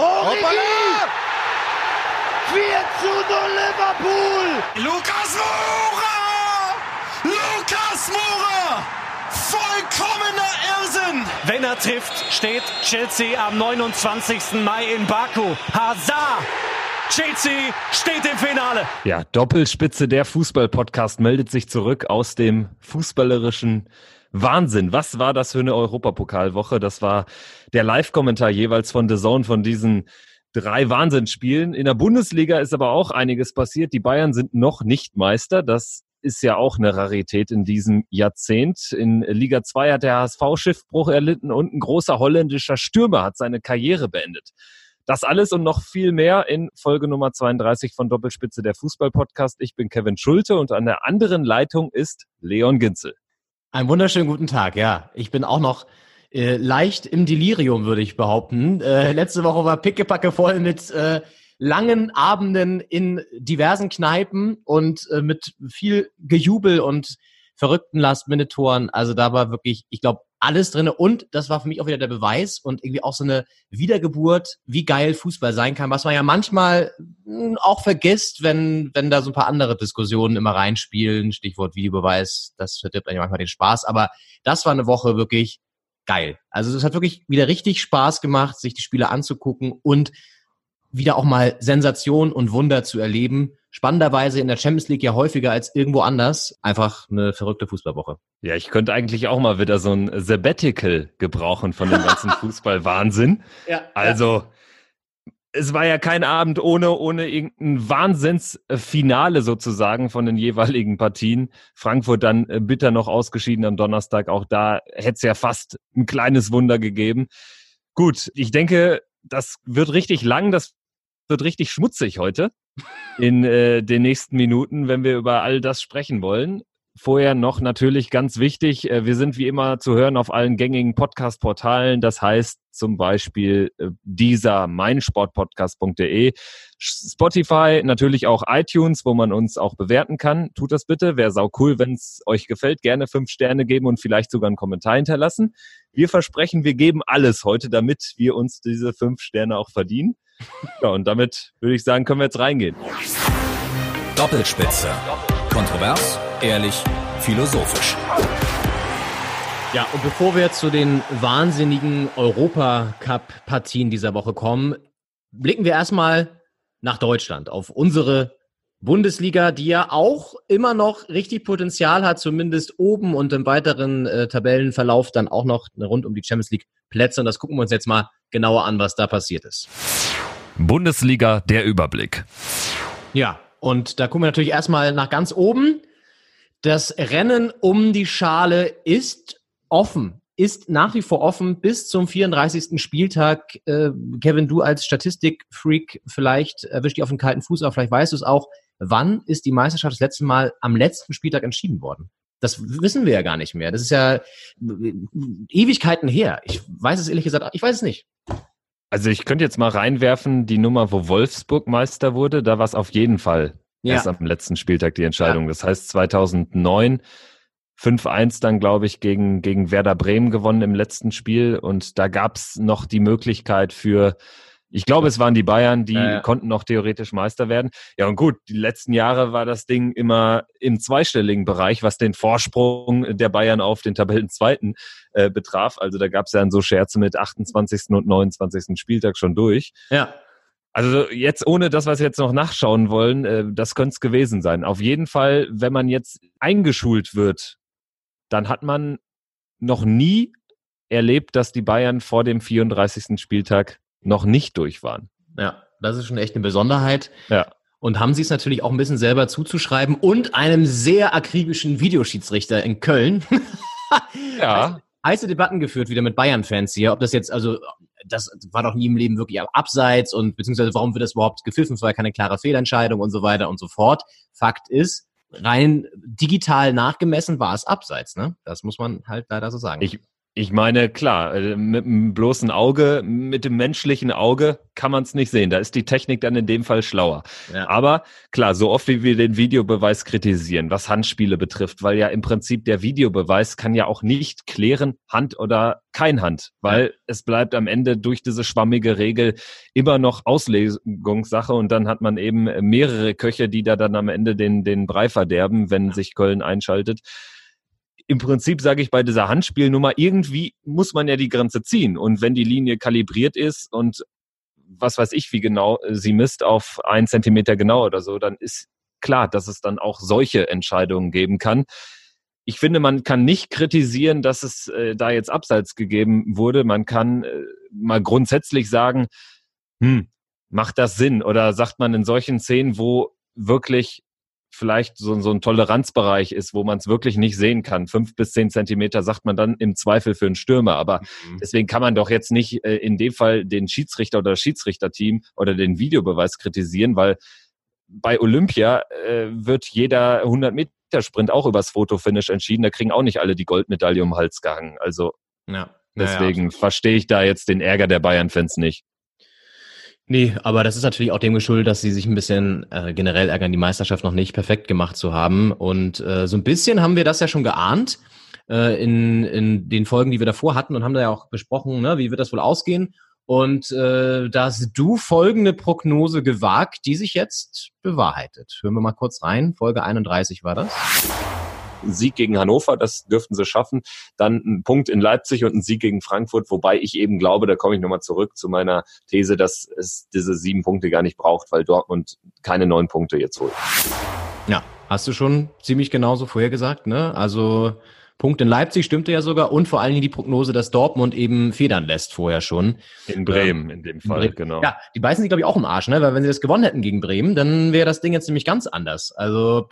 Origi! 4:0 Liverpool! Lukas Moura! Lukas Moura! Vollkommener Irrsinn! Wenn er trifft, steht Chelsea am 29. Mai in Baku. Hazard! Chelsea steht im Finale. Ja, Doppelspitze, der Fußball-Podcast meldet sich zurück aus dem fußballerischen Wahnsinn. Was war das für eine Europapokalwoche? Das war der Live-Kommentar jeweils von DAZN von diesen 3 Wahnsinnsspielen. In der Bundesliga ist aber auch einiges passiert. Die Bayern sind noch nicht Meister. Das ist ja auch eine Rarität in diesem Jahrzehnt. In Liga 2 hat der HSV Schiffbruch erlitten und ein großer holländischer Stürmer hat seine Karriere beendet. Das alles und noch viel mehr in Folge Nummer 32 von Doppelspitze, der Fußball-Podcast. Ich bin Kevin Schulte und an der anderen Leitung ist Leon Ginzel. Einen wunderschönen guten Tag, ja. Ich bin auch noch leicht im Delirium, würde ich behaupten. Letzte Woche war pickepacke voll mit langen Abenden in diversen Kneipen und mit viel Gejubel und verrückten Last-Minute-Toren. Also da war wirklich, ich glaube, alles drin. Und das war für mich auch wieder der Beweis und irgendwie auch so eine Wiedergeburt, wie geil Fußball sein kann, was man ja manchmal auch vergisst, wenn da so ein paar andere Diskussionen immer reinspielen. Stichwort Videobeweis, das verdirbt eigentlich manchmal den Spaß. Aber das war eine Woche wirklich geil. Also es hat wirklich wieder richtig Spaß gemacht, sich die Spiele anzugucken und wieder auch mal Sensation und Wunder zu erleben. Spannenderweise in der Champions League ja häufiger als irgendwo anders. Einfach eine verrückte Fußballwoche. Ja, ich könnte eigentlich auch mal wieder so ein Sabbatical gebrauchen von dem ganzen Fußball-Wahnsinn. Ja, also, es war ja kein Abend ohne irgendein Wahnsinnsfinale sozusagen von den jeweiligen Partien. Frankfurt dann bitter noch ausgeschieden am Donnerstag. Auch da hätte es ja fast ein kleines Wunder gegeben. Gut, ich denke, das wird richtig lang, das wird richtig schmutzig heute in den nächsten Minuten, wenn wir über all das sprechen wollen. Vorher noch natürlich ganz wichtig, wir sind wie immer zu hören auf allen gängigen Podcast-Portalen, das heißt zum Beispiel dieser meinsportpodcast.de, Spotify, natürlich auch iTunes, wo man uns auch bewerten kann. Tut das bitte, wäre sau cool, wenn es euch gefällt. Gerne 5 Sterne geben und vielleicht sogar einen Kommentar hinterlassen. Wir versprechen, wir geben alles heute, damit wir uns diese 5 Sterne auch verdienen. Ja, und damit würde ich sagen, können wir jetzt reingehen. Doppelspitze. Kontrovers, ehrlich, philosophisch. Ja, und bevor wir zu den wahnsinnigen Europacup-Partien dieser Woche kommen, blicken wir erstmal nach Deutschland, auf unsere Bundesliga, die ja auch immer noch richtig Potenzial hat, zumindest oben und im weiteren Tabellenverlauf dann auch noch rund um die Champions League Plätze. Und das gucken wir uns jetzt mal genauer an, was da passiert ist. Bundesliga, der Überblick. Ja, und da gucken wir natürlich erstmal nach ganz oben. Das Rennen um die Schale ist offen, ist nach wie vor offen bis zum 34. Spieltag. Kevin, du als Statistikfreak, vielleicht erwischt dich auf den kalten Fuß, aber vielleicht weißt du es auch. Wann ist die Meisterschaft das letzte Mal am letzten Spieltag entschieden worden? Das wissen wir ja gar nicht mehr. Das ist ja Ewigkeiten her. Ich weiß es ehrlich gesagt, ich weiß es nicht. Also ich könnte jetzt mal reinwerfen, die Nummer, wo Wolfsburg Meister wurde, da war es auf jeden Fall erst am letzten Spieltag die Entscheidung. Ja. Das heißt 2009 5-1 dann, glaube ich, gegen Werder Bremen gewonnen im letzten Spiel. Und da gab es noch die Möglichkeit für, ich glaube, es waren die Bayern, die konnten noch theoretisch Meister werden. Ja, und gut, die letzten Jahre war das Ding immer im zweistelligen Bereich, was den Vorsprung der Bayern auf den Tabellenzweiten betraf. Also da gab es ja dann so Scherze mit 28. und 29. Spieltag schon durch. Ja. Also jetzt, ohne dass wir es jetzt noch nachschauen wollen, das könnte es gewesen sein. Auf jeden Fall, wenn man jetzt eingeschult wird, dann hat man noch nie erlebt, dass die Bayern vor dem 34. Spieltag noch nicht durch waren. Ja, das ist schon echt eine Besonderheit. Ja. Und haben sie es natürlich auch ein bisschen selber zuzuschreiben und einem sehr akribischen Videoschiedsrichter in Köln. Ja. Heiße Debatten geführt wieder mit Bayern-Fans hier, ob das jetzt, also das war doch nie im Leben wirklich abseits und beziehungsweise warum wird das überhaupt gepfiffen, es war ja keine klare Fehlentscheidung und so weiter und so fort. Fakt ist, rein digital nachgemessen war es abseits, ne? Das muss man halt leider so sagen. Ich meine, klar, mit dem bloßen Auge, mit dem menschlichen Auge kann man es nicht sehen. Da ist die Technik dann in dem Fall schlauer. Ja. Aber klar, so oft wie wir den Videobeweis kritisieren, was Handspiele betrifft, weil ja im Prinzip der Videobeweis kann ja auch nicht klären, Hand oder kein Hand, weil es bleibt am Ende durch diese schwammige Regel immer noch Auslegungssache und dann hat man eben mehrere Köche, die da dann am Ende den Brei verderben, wenn sich Köln einschaltet. Im Prinzip sage ich bei dieser Handspielnummer, irgendwie muss man ja die Grenze ziehen. Und wenn die Linie kalibriert ist und was weiß ich, wie genau sie misst auf 1 Zentimeter genau oder so, dann ist klar, dass es dann auch solche Entscheidungen geben kann. Ich finde, man kann nicht kritisieren, dass es da jetzt Abseits gegeben wurde. Man kann mal grundsätzlich sagen, macht das Sinn? Oder sagt man in solchen Szenen, wo wirklich vielleicht so ein Toleranzbereich ist, wo man es wirklich nicht sehen kann. 5 bis 10 Zentimeter sagt man dann im Zweifel für einen Stürmer. Aber deswegen kann man doch jetzt nicht in dem Fall den Schiedsrichter oder das Schiedsrichterteam oder den Videobeweis kritisieren, weil bei Olympia wird jeder 100-Meter-Sprint auch übers Fotofinish entschieden. Da kriegen auch nicht alle die Goldmedaille um den Hals gehangen. Also deswegen verstehe ich da jetzt den Ärger der Bayern-Fans nicht. Nee, aber das ist natürlich auch dem geschuldet, dass sie sich ein bisschen generell ärgern, die Meisterschaft noch nicht perfekt gemacht zu haben. Und so ein bisschen haben wir das ja schon geahnt in den Folgen, die wir davor hatten und haben da ja auch besprochen, ne, wie wird das wohl ausgehen. Und da hast du folgende Prognose gewagt, die sich jetzt bewahrheitet. Hören wir mal kurz rein. Folge 31 war das. Sieg gegen Hannover, das dürften sie schaffen. Dann ein Punkt in Leipzig und ein Sieg gegen Frankfurt, wobei ich eben glaube, da komme ich nochmal zurück zu meiner These, dass es diese 7 Punkte gar nicht braucht, weil Dortmund keine 9 Punkte jetzt holt. Ja, hast du schon ziemlich genauso vorhergesagt, ne? Also Punkt in Leipzig stimmte ja sogar und vor allen Dingen die Prognose, dass Dortmund eben federn lässt vorher schon. In Bremen in dem Fall, genau. Ja, die beißen sich, glaube ich, auch im Arsch, ne? Weil wenn sie das gewonnen hätten gegen Bremen, dann wäre das Ding jetzt nämlich ganz anders. Also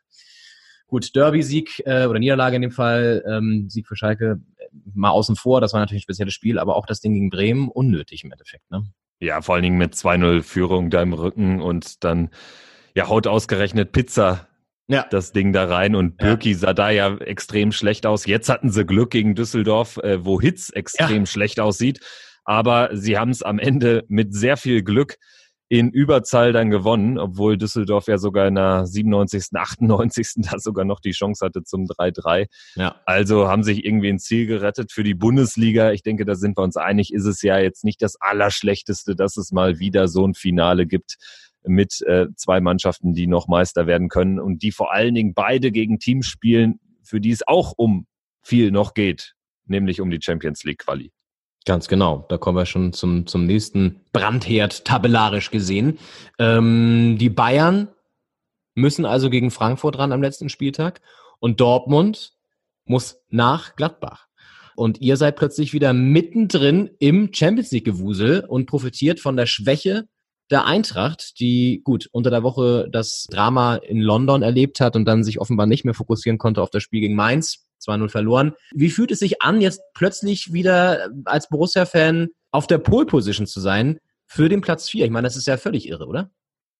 gut, Derby-Sieg oder Niederlage in dem Fall, Sieg für Schalke mal außen vor, das war natürlich ein spezielles Spiel, aber auch das Ding gegen Bremen unnötig im Endeffekt, ne? Ja, vor allen Dingen mit 2-0 Führung da im Rücken und dann haut ausgerechnet Pizza das Ding da rein und Bürki sah da ja extrem schlecht aus. Jetzt hatten sie Glück gegen Düsseldorf, wo Hitz extrem schlecht aussieht, aber sie haben es am Ende mit sehr viel Glück in Überzahl dann gewonnen, obwohl Düsseldorf ja sogar in der 97., 98. da sogar noch die Chance hatte zum 3-3. Ja. Also haben sich irgendwie ins Ziel gerettet für die Bundesliga. Ich denke, da sind wir uns einig, ist es ja jetzt nicht das Allerschlechteste, dass es mal wieder so ein Finale gibt mit 2 Mannschaften, die noch Meister werden können und die vor allen Dingen beide gegen Teams spielen, für die es auch um viel noch geht, nämlich um die Champions League Quali. Ganz genau, da kommen wir schon zum nächsten Brandherd, tabellarisch gesehen. Die Bayern müssen also gegen Frankfurt ran am letzten Spieltag und Dortmund muss nach Gladbach. Und ihr seid plötzlich wieder mittendrin im Champions-League-Gewusel und profitiert von der Schwäche der Eintracht, die gut unter der Woche das Drama in London erlebt hat und dann sich offenbar nicht mehr fokussieren konnte auf das Spiel gegen Mainz. 2-0 verloren. Wie fühlt es sich an, jetzt plötzlich wieder als Borussia-Fan auf der Pole-Position zu sein für den Platz 4? Ich meine, das ist ja völlig irre, oder?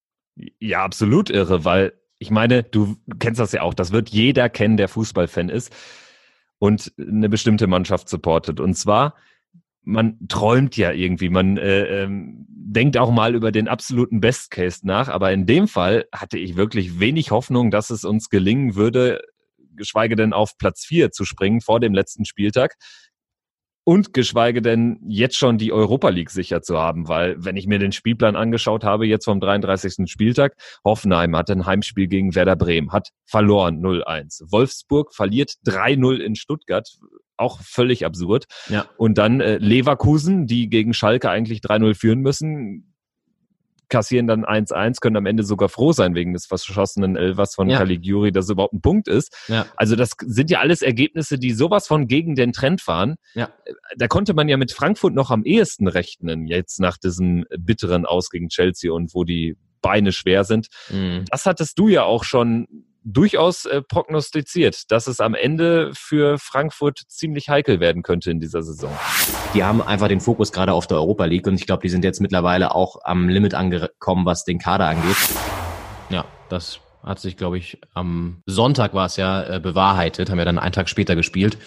Ja, absolut irre, weil ich meine, du kennst das ja auch, das wird jeder kennen, der Fußballfan ist und eine bestimmte Mannschaft supportet. Und zwar, man träumt ja irgendwie, man denkt auch mal über den absoluten Best Case nach, aber in dem Fall hatte ich wirklich wenig Hoffnung, dass es uns gelingen würde, geschweige denn auf Platz 4 zu springen vor dem letzten Spieltag und geschweige denn jetzt schon die Europa League sicher zu haben, weil wenn ich mir den Spielplan angeschaut habe, jetzt vom 33. Spieltag, Hoffenheim hatte ein Heimspiel gegen Werder Bremen, hat verloren 0-1. Wolfsburg verliert 3-0 in Stuttgart, auch völlig absurd. Ja. Und dann Leverkusen, die gegen Schalke eigentlich 3-0 führen müssen, kassieren dann 1-1, können am Ende sogar froh sein wegen des verschossenen Elfers von Caligiuri, dass es überhaupt ein Punkt ist. Ja. Also das sind ja alles Ergebnisse, die sowas von gegen den Trend fahren. Ja. Da konnte man ja mit Frankfurt noch am ehesten rechnen, jetzt nach diesem bitteren Aus gegen Chelsea und wo die Beine schwer sind. Mhm. Das hattest du ja auch schon durchaus prognostiziert, dass es am Ende für Frankfurt ziemlich heikel werden könnte in dieser Saison. Die haben einfach den Fokus gerade auf der Europa League und ich glaube, die sind jetzt mittlerweile auch am Limit angekommen, was den Kader angeht. Ja, das hat sich, glaube ich, am Sonntag war es ja bewahrheitet, haben ja dann einen Tag später gespielt.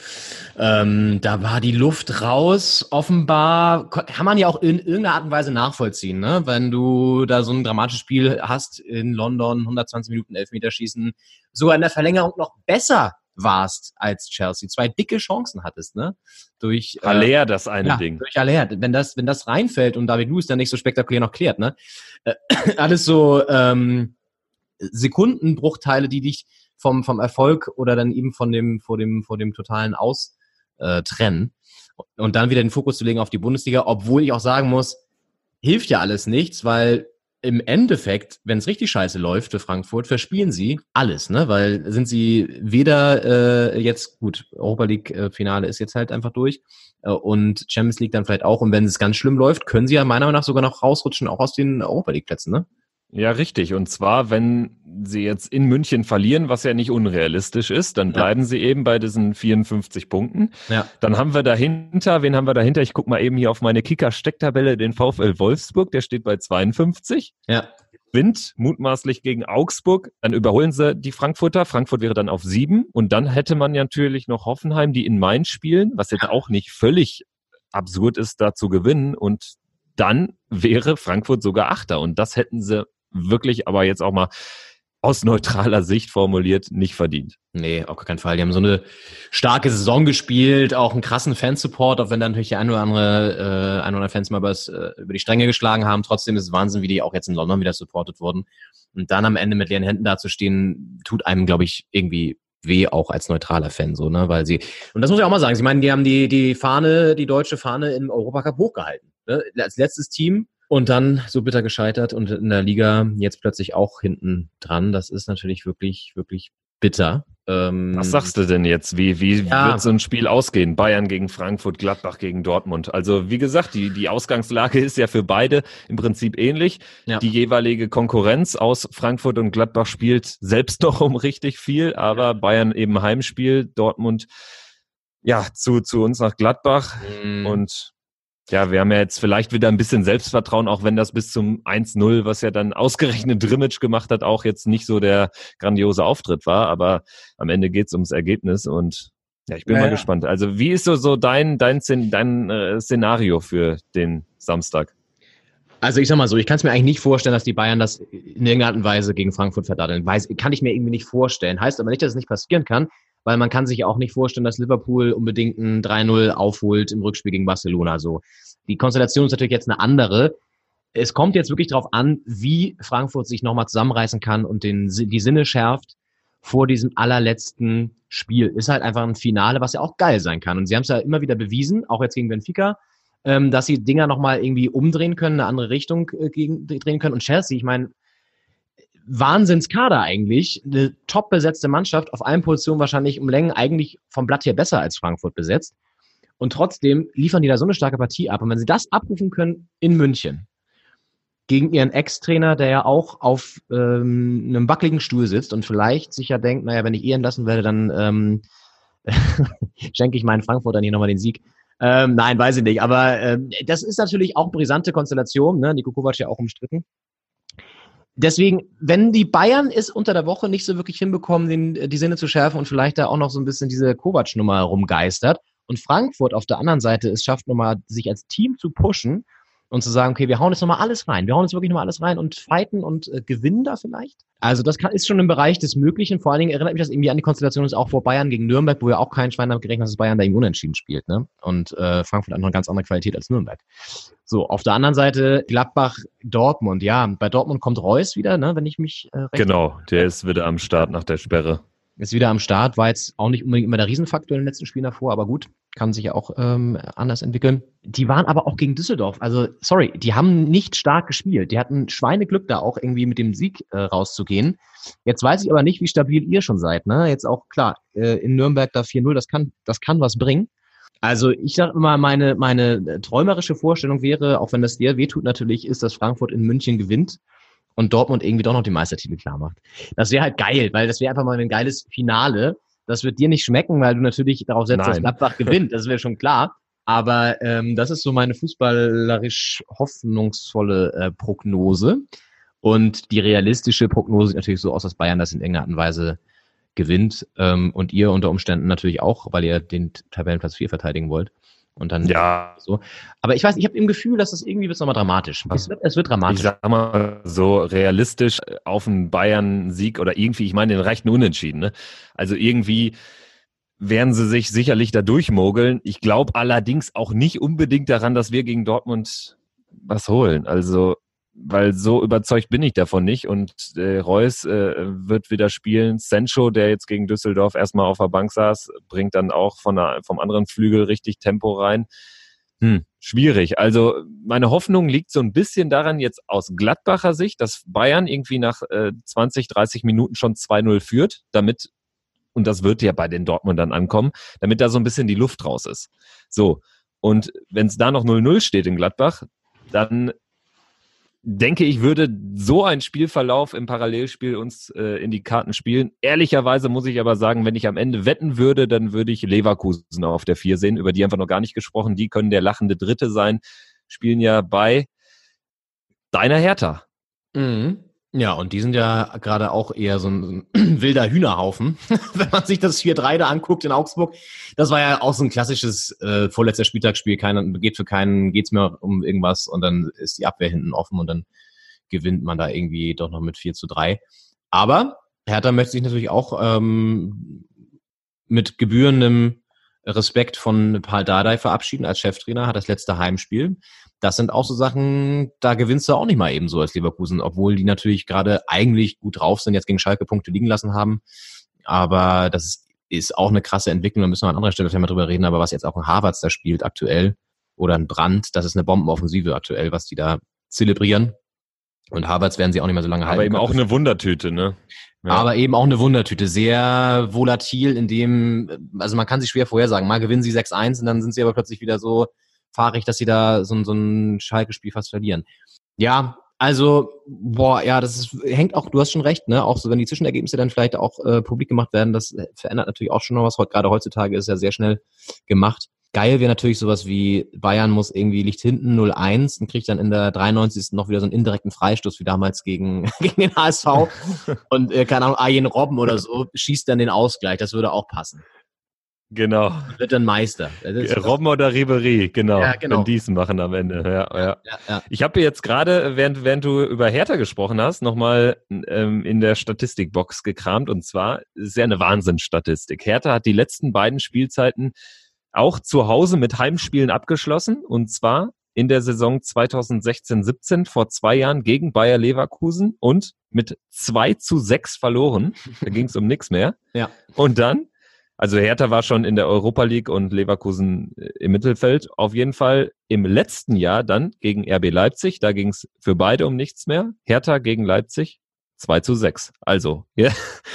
Da war die Luft raus, offenbar. Kann man ja auch in irgendeiner Art und Weise nachvollziehen, ne? Wenn du da so ein dramatisches Spiel hast in London, 120 Minuten Elfmeterschießen, sogar in der Verlängerung noch besser warst als Chelsea, 2 dicke Chancen hattest, ne? Durch Haller, das eine Ding. Durch Haller. Wenn das reinfällt und David Luiz dann nicht so spektakulär noch klärt, ne? Alles so Sekundenbruchteile, die dich vom Erfolg oder dann eben vor dem totalen Aus trennen. Und dann wieder den Fokus zu legen auf die Bundesliga, obwohl ich auch sagen muss, hilft ja alles nichts, weil im Endeffekt, wenn es richtig scheiße läuft für Frankfurt, verspielen sie alles, ne? Weil sind sie weder jetzt, gut, Europa League Finale ist jetzt halt einfach durch und Champions League dann vielleicht auch. Und wenn es ganz schlimm läuft, können sie ja meiner Meinung nach sogar noch rausrutschen, auch aus den Europa League Plätzen, ne? Ja, richtig. Und zwar, wenn sie jetzt in München verlieren, was ja nicht unrealistisch ist, dann bleiben sie eben bei diesen 54 Punkten. Ja. Dann haben wir dahinter, wen haben wir dahinter? Ich gucke mal eben hier auf meine Kicker-Stecktabelle, den VfL Wolfsburg, der steht bei 52. Ja. Gewinnt mutmaßlich gegen Augsburg. Dann überholen sie die Frankfurter. Frankfurt wäre dann auf 7. Und dann hätte man ja natürlich noch Hoffenheim, die in Mainz spielen, was jetzt auch nicht völlig absurd ist, da zu gewinnen. Und dann wäre Frankfurt sogar Achter. Und das hätten sie wirklich, aber jetzt auch mal aus neutraler Sicht formuliert, nicht verdient. Nee, auf keinen Fall. Die haben so eine starke Saison gespielt, auch einen krassen Fansupport, auch wenn dann natürlich ein oder andere Fans mal über die Stränge geschlagen haben. Trotzdem ist es Wahnsinn, wie die auch jetzt in London wieder supportet wurden. Und dann am Ende mit leeren Händen dazustehen, tut einem, glaube ich, irgendwie weh, auch als neutraler Fan, so, ne, weil sie, und das muss ich auch mal sagen, sie meinen, die haben die Fahne, die deutsche Fahne im Europacup hochgehalten, ne, als letztes Team. Und dann so bitter gescheitert und in der Liga jetzt plötzlich auch hinten dran. Das ist natürlich wirklich, wirklich bitter. Was sagst du denn jetzt? Wie wird so ein Spiel ausgehen? Bayern gegen Frankfurt, Gladbach gegen Dortmund. Also wie gesagt, die Ausgangslage ist ja für beide im Prinzip ähnlich. Ja. Die jeweilige Konkurrenz aus Frankfurt und Gladbach spielt selbst noch um richtig viel, aber Bayern eben Heimspiel, Dortmund ja zu uns nach Gladbach und ja, wir haben ja jetzt vielleicht wieder ein bisschen Selbstvertrauen, auch wenn das bis zum 1-0, was ja dann ausgerechnet Drimmitsch gemacht hat, auch jetzt nicht so der grandiose Auftritt war. Aber am Ende geht's ums Ergebnis und ja, ich bin mal gespannt. Also wie ist so dein Szenario für den Samstag? Also ich sag mal so, ich kann es mir eigentlich nicht vorstellen, dass die Bayern das in irgendeiner Art und Weise gegen Frankfurt verdaddeln. Kann ich mir irgendwie nicht vorstellen. Heißt aber nicht, dass es nicht passieren kann, weil man kann sich auch nicht vorstellen, dass Liverpool unbedingt ein 3-0 aufholt im Rückspiel gegen Barcelona. So, die Konstellation ist natürlich jetzt eine andere. Es kommt jetzt wirklich darauf an, wie Frankfurt sich nochmal zusammenreißen kann und die Sinne schärft vor diesem allerletzten Spiel. Ist halt einfach ein Finale, was ja auch geil sein kann. Und sie haben es ja immer wieder bewiesen, auch jetzt gegen Benfica, dass sie Dinger nochmal irgendwie umdrehen können, eine andere Richtung drehen können. Und Chelsea, ich meine, Wahnsinnskader eigentlich, eine top besetzte Mannschaft, auf allen Positionen wahrscheinlich um Längen eigentlich vom Blatt hier besser als Frankfurt besetzt. Und trotzdem liefern die da so eine starke Partie ab. Und wenn sie das abrufen können in München, gegen ihren Ex-Trainer, der ja auch auf einem wackeligen Stuhl sitzt und vielleicht sich ja denkt, naja, wenn ich ihn lassen werde, dann schenke ich meinen Frankfurtern hier nochmal den Sieg. Nein, weiß ich nicht. Aber das ist natürlich auch eine brisante Konstellation, ne? Niko Kovac ja auch umstritten. Deswegen, wenn die Bayern es unter der Woche nicht so wirklich hinbekommen, die Sinne zu schärfen und vielleicht da auch noch so ein bisschen diese Kovac-Nummer rumgeistert und Frankfurt auf der anderen Seite es schafft, nochmal sich als Team zu pushen und zu sagen, okay, wir hauen jetzt nochmal alles rein. Wir hauen jetzt wirklich nochmal alles rein und fighten und gewinnen da vielleicht. Also das ist schon im Bereich des Möglichen. Vor allen Dingen erinnert mich das irgendwie an die Konstellation ist auch vor Bayern gegen Nürnberg, wo ja auch kein Schwein damit gerechnet hat, dass Bayern da eben unentschieden spielt, ne? Und Frankfurt hat noch eine ganz andere Qualität als Nürnberg. So, auf der anderen Seite Gladbach, Dortmund. Ja, bei Dortmund kommt Reus wieder, ne? Wenn ich mich recht... Genau, der ist wieder am Start nach der Sperre. Ist wieder am Start, war jetzt auch nicht unbedingt immer der Riesenfaktor in den letzten Spielen davor, aber gut, kann sich ja auch anders entwickeln. Die waren aber auch gegen Düsseldorf, also sorry, die haben nicht stark gespielt. Die hatten Schweineglück da auch irgendwie mit dem Sieg rauszugehen. Jetzt weiß ich aber nicht, wie stabil ihr schon seid, ne? Jetzt auch, klar, in Nürnberg da 4-0, das kann was bringen. Also ich sag immer, meine träumerische Vorstellung wäre, auch wenn das dir wehtut natürlich, ist, dass Frankfurt in München gewinnt und Dortmund irgendwie doch noch die Meistertitel klar macht. Das wäre halt geil, weil das wäre einfach mal ein geiles Finale. Das wird dir nicht schmecken, weil du natürlich darauf setzt, dass Gladbach gewinnt. Das wäre schon klar. Aber das ist so meine fußballerisch hoffnungsvolle Prognose. Und die realistische Prognose sieht natürlich so aus, dass Bayern das in irgendeiner Art und Weise gewinnt und ihr unter Umständen natürlich auch, weil ihr den Tabellenplatz 4 verteidigen wollt. Und dann so. Aber ich weiß, ich habe im Gefühl, dass das irgendwie wird nochmal dramatisch. Es wird dramatisch. Ich sag mal so realistisch auf einen Bayern-Sieg oder irgendwie, ich meine, den reicht ein Unentschieden. Ne? Also irgendwie werden sie sich sicherlich da durchmogeln. Ich glaube allerdings auch nicht unbedingt daran, dass wir gegen Dortmund was holen. Also, weil so überzeugt bin ich davon nicht. Und Reus wird wieder spielen. Sancho, der jetzt gegen Düsseldorf erstmal auf der Bank saß, bringt dann auch vom anderen Flügel richtig Tempo rein. Schwierig. Also meine Hoffnung liegt so ein bisschen daran, jetzt aus Gladbacher Sicht, dass Bayern irgendwie nach 20, 30 Minuten schon 2-0 führt, damit, und das wird ja bei den Dortmundern ankommen, damit da so ein bisschen die Luft raus ist. So, und wenn es da noch 0-0 steht in Gladbach, dann denke ich, würde so ein Spielverlauf im Parallelspiel uns in die Karten spielen. Ehrlicherweise muss ich aber sagen, wenn ich am Ende wetten würde, dann würde ich Leverkusen auf der 4 sehen, über die haben wir noch gar nicht gesprochen. Die können der lachende Dritte sein, spielen ja bei deiner Hertha. Mhm. Ja, und die sind ja gerade auch eher so ein wilder Hühnerhaufen. Wenn man sich das 4-3 da anguckt in Augsburg, das war ja auch so ein klassisches vorletzter Spieltagsspiel. Geht's mehr um irgendwas und dann ist die Abwehr hinten offen und dann gewinnt man da irgendwie doch noch mit 4-3. Aber Hertha möchte sich natürlich auch mit gebührendem Respekt von Paul Dardai verabschieden als Cheftrainer, hat das letzte Heimspiel. Das sind auch so Sachen, da gewinnst du auch nicht mal eben so als Leverkusen, obwohl die natürlich gerade eigentlich gut drauf sind, jetzt gegen Schalke Punkte liegen lassen haben. Aber das ist auch eine krasse Entwicklung, da müssen wir an anderer Stelle vielleicht mal drüber reden, aber was jetzt auch ein Havertz da spielt aktuell oder ein Brandt, das ist eine Bombenoffensive aktuell, was die da zelebrieren. Und Havertz werden sie auch nicht mehr so lange halten. Aber eben auch eine Wundertüte, ne? Ja. Aber eben auch eine Wundertüte, sehr volatil in dem, also man kann sich schwer vorhersagen, mal gewinnen sie 6-1 und dann sind sie aber plötzlich wieder so fahrig, dass sie da so ein Schalke-Spiel fast verlieren. Ja, also, hängt auch, du hast schon recht, ne, auch so, wenn die Zwischenergebnisse dann vielleicht auch publik gemacht werden, das verändert natürlich auch schon noch was, gerade heutzutage ist ja sehr schnell gemacht. Geil wäre natürlich sowas wie, Bayern liegt hinten 0-1 und kriegt dann in der 93. noch wieder so einen indirekten Freistoß wie damals gegen den HSV und, keine Ahnung, Arjen Robben oder so, schießt dann den Ausgleich, das würde auch passen. Genau. Und wird dann Meister. Robben oder Ribéry, genau. Ja, genau. Wenn die es machen am Ende. Ja. Ich habe jetzt gerade, während du über Hertha gesprochen hast, nochmal in der Statistikbox gekramt. Und zwar ist ja eine Wahnsinnsstatistik. Hertha hat die letzten beiden Spielzeiten auch zu Hause mit Heimspielen abgeschlossen. Und zwar in der Saison 2016-17 vor 2 Jahren gegen Bayer Leverkusen und mit 2-6 verloren. Da ging es um nichts mehr. Ja. Und dann, also Hertha war schon in der Europa League und Leverkusen im Mittelfeld. Auf jeden Fall im letzten Jahr dann gegen RB Leipzig. Da ging es für beide um nichts mehr. Hertha gegen Leipzig 2-6. Also, ja.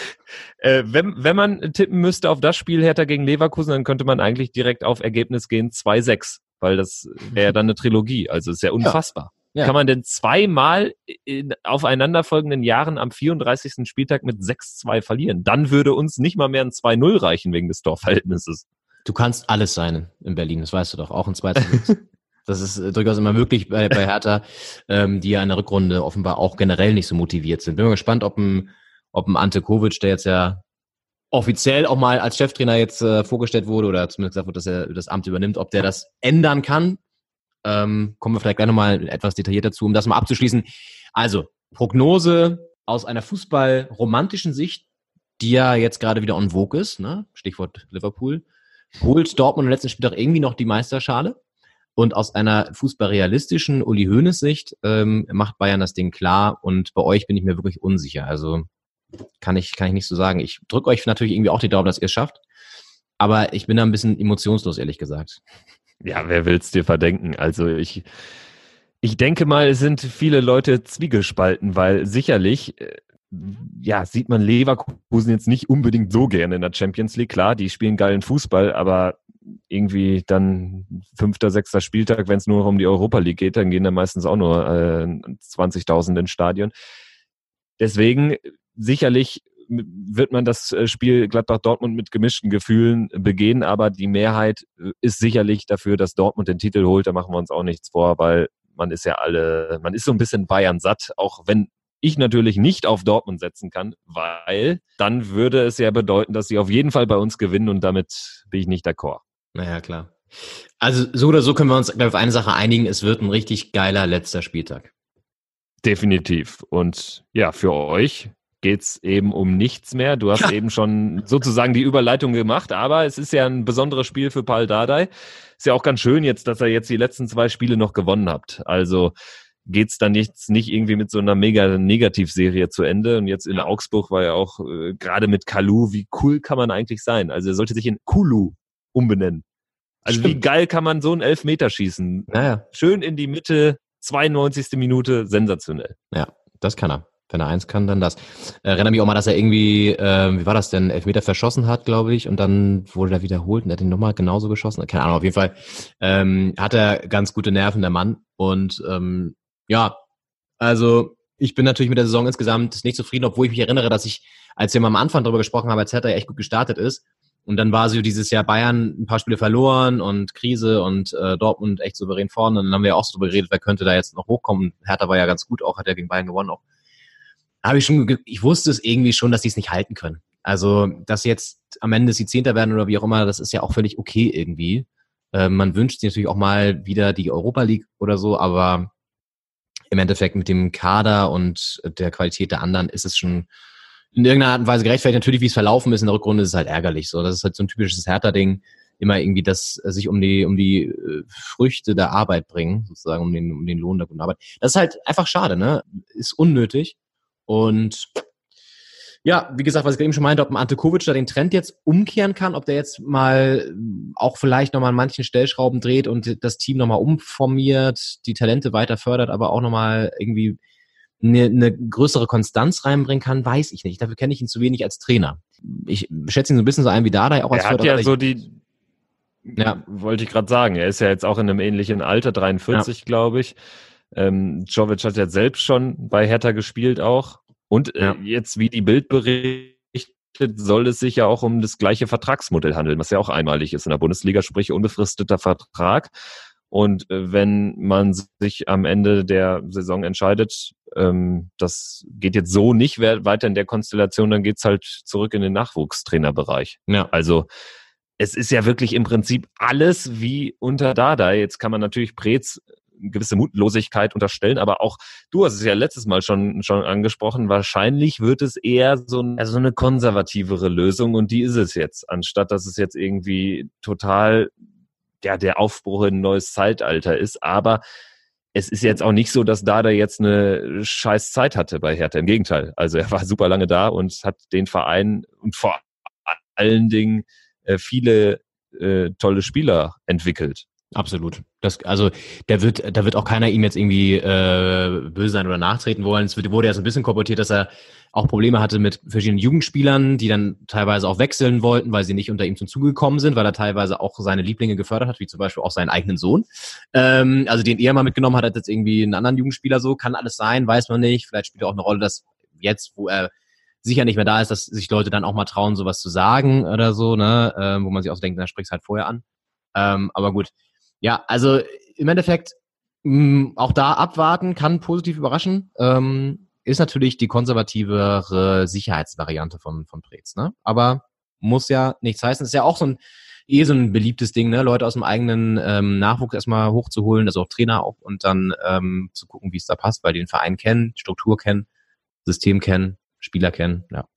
Wenn man tippen müsste auf das Spiel Hertha gegen Leverkusen, dann könnte man eigentlich direkt auf Ergebnis gehen 2-6. Weil das wäre dann eine Trilogie. Also ist ja unfassbar. Ja. Kann man denn zweimal in aufeinanderfolgenden Jahren am 34. Spieltag mit 6-2 verlieren? Dann würde uns nicht mal mehr ein 2-0 reichen wegen des Torverhältnisses. Du kannst alles sein in Berlin, das weißt du doch, auch ein 2-6. Das ist durchaus immer möglich bei Hertha, die ja in der Rückrunde offenbar auch generell nicht so motiviert sind. Bin mal gespannt, ob ein Ante Kovic, der jetzt ja offiziell auch mal als Cheftrainer jetzt vorgestellt wurde oder zumindest gesagt wurde, dass er das Amt übernimmt, ob der das ändern kann. Kommen wir vielleicht gleich nochmal etwas detaillierter zu, um das mal abzuschließen. Also, Prognose aus einer fußballromantischen Sicht, die ja jetzt gerade wieder en vogue ist, ne? Stichwort Liverpool, holt Dortmund im letzten Spieltag irgendwie noch die Meisterschale. Und aus einer fußballrealistischen Uli Hoeneß Sicht macht Bayern das Ding klar. Und bei euch bin ich mir wirklich unsicher. Also kann ich nicht so sagen. Ich drücke euch natürlich irgendwie auch die Daumen, dass ihr es schafft. Aber ich bin da ein bisschen emotionslos, ehrlich gesagt. Ja, wer will's dir verdenken? Also ich denke mal, es sind viele Leute zwiegespalten, weil sicherlich, sieht man Leverkusen jetzt nicht unbedingt so gerne in der Champions League. Klar, die spielen geilen Fußball, aber irgendwie dann 5., 6. Spieltag, wenn es nur um die Europa League geht, dann gehen da meistens auch nur 20.000 ins Stadion. Deswegen sicherlich wird man das Spiel Gladbach-Dortmund mit gemischten Gefühlen begehen, aber die Mehrheit ist sicherlich dafür, dass Dortmund den Titel holt. Da machen wir uns auch nichts vor, weil man ist so ein bisschen Bayern satt, auch wenn ich natürlich nicht auf Dortmund setzen kann, weil dann würde es ja bedeuten, dass sie auf jeden Fall bei uns gewinnen und damit bin ich nicht d'accord. Naja, klar. Also so oder so können wir uns, glaube ich, auf eine Sache einigen, es wird ein richtig geiler letzter Spieltag. Definitiv. Und ja, für euch geht's eben um nichts mehr. Du hast eben schon sozusagen die Überleitung gemacht, aber es ist ja ein besonderes Spiel für Pal Dardai. Ist ja auch ganz schön jetzt, dass ihr jetzt die letzten 2 Spiele noch gewonnen habt. Also geht's dann nicht irgendwie mit so einer mega Negativserie zu Ende. Und jetzt in Augsburg war ja auch gerade mit Kalu, wie cool kann man eigentlich sein? Also er sollte sich in Kulu umbenennen. Also Wie geil kann man so einen Elfmeter schießen? Naja. Schön in die Mitte, 92. Minute, sensationell. Ja, das kann er. Wenn er eins kann, dann das. Erinnere mich auch mal, dass er irgendwie, wie war das denn, Elfmeter verschossen hat, glaube ich, und dann wurde er wiederholt und er hat ihn nochmal genauso geschossen. Keine Ahnung, auf jeden Fall hat er ganz gute Nerven, der Mann. Und ja, also ich bin natürlich mit der Saison insgesamt nicht zufrieden, obwohl ich mich erinnere, dass ich, als wir mal am Anfang darüber gesprochen haben, als Hertha echt gut gestartet ist, und dann war so dieses Jahr Bayern ein paar Spiele verloren und Krise und Dortmund echt souverän vorne. Und dann haben wir auch so drüber geredet, wer könnte da jetzt noch hochkommen. Hertha war ja ganz gut auch, hat ja gegen Bayern gewonnen auch. Ich wusste es irgendwie schon, dass sie es nicht halten können. Also, dass jetzt am Ende sie Zehnter werden oder wie auch immer, das ist ja auch völlig okay irgendwie. Man wünscht sich natürlich auch mal wieder die Europa League oder so, aber im Endeffekt mit dem Kader und der Qualität der anderen ist es schon in irgendeiner Art und Weise gerechtfertigt. Natürlich, wie es verlaufen ist in der Rückrunde, ist es halt ärgerlich. So, das ist halt so ein typisches Hertha-Ding, immer irgendwie das sich um die Früchte der Arbeit bringen, sozusagen um den Lohn der guten Arbeit. Das ist halt einfach schade, ne? Ist unnötig. Und ja, wie gesagt, was ich eben schon meinte, ob ein Ante Kovic da den Trend jetzt umkehren kann, ob der jetzt mal auch vielleicht nochmal an manchen Stellschrauben dreht und das Team nochmal umformiert, die Talente weiter fördert, aber auch nochmal irgendwie eine größere Konstanz reinbringen kann, weiß ich nicht. Dafür kenne ich ihn zu wenig als Trainer. Ich schätze ihn so ein bisschen so ein wie Dardai auch als Förderer. Er hat ja wollte ich gerade sagen, er ist ja jetzt auch in einem ähnlichen Alter, 43, glaube ich. Jovic hat ja selbst schon bei Hertha gespielt auch. Und jetzt, wie die Bild berichtet, soll es sich ja auch um das gleiche Vertragsmodell handeln, was ja auch einmalig ist in der Bundesliga, sprich unbefristeter Vertrag. Und wenn man sich am Ende der Saison entscheidet, das geht jetzt so nicht weiter in der Konstellation, dann geht's halt zurück in den Nachwuchstrainerbereich. Ja. Also es ist ja wirklich im Prinzip alles wie unter Dardai. Jetzt kann man natürlich Preetz gewisse Mutlosigkeit unterstellen, aber auch du hast es ja letztes Mal schon angesprochen, wahrscheinlich wird es eher so eine konservativere Lösung und die ist es jetzt, anstatt dass es jetzt irgendwie total der Aufbruch in ein neues Zeitalter ist, aber es ist jetzt auch nicht so, dass Dardai jetzt eine scheiß Zeit hatte bei Hertha, im Gegenteil, also er war super lange da und hat den Verein und vor allen Dingen viele tolle Spieler entwickelt. Absolut. Da wird auch keiner ihm jetzt irgendwie böse sein oder nachtreten wollen. Es wurde ja so ein bisschen kolportiert, dass er auch Probleme hatte mit verschiedenen Jugendspielern, die dann teilweise auch wechseln wollten, weil sie nicht unter ihm zum Zuge gekommen sind, weil er teilweise auch seine Lieblinge gefördert hat, wie zum Beispiel auch seinen eigenen Sohn. Also den er mal mitgenommen hat, jetzt irgendwie einen anderen Jugendspieler so. Kann alles sein, weiß man nicht. Vielleicht spielt er auch eine Rolle, dass jetzt, wo er sicher nicht mehr da ist, dass sich Leute dann auch mal trauen, sowas zu sagen oder so, ne, wo man sich auch so denkt, na, sprich's halt vorher an. Aber gut. Ja, also im Endeffekt auch da abwarten, kann positiv überraschen. Ist natürlich die konservativere Sicherheitsvariante von Preetz, ne? Aber muss ja nichts heißen. Ist ja auch so ein beliebtes Ding, ne? Leute aus dem eigenen Nachwuchs erstmal hochzuholen, also auch Trainer auch, und dann zu gucken, wie es da passt, weil die den Verein kennen, Struktur kennen, System kennen, Spieler kennen, ja.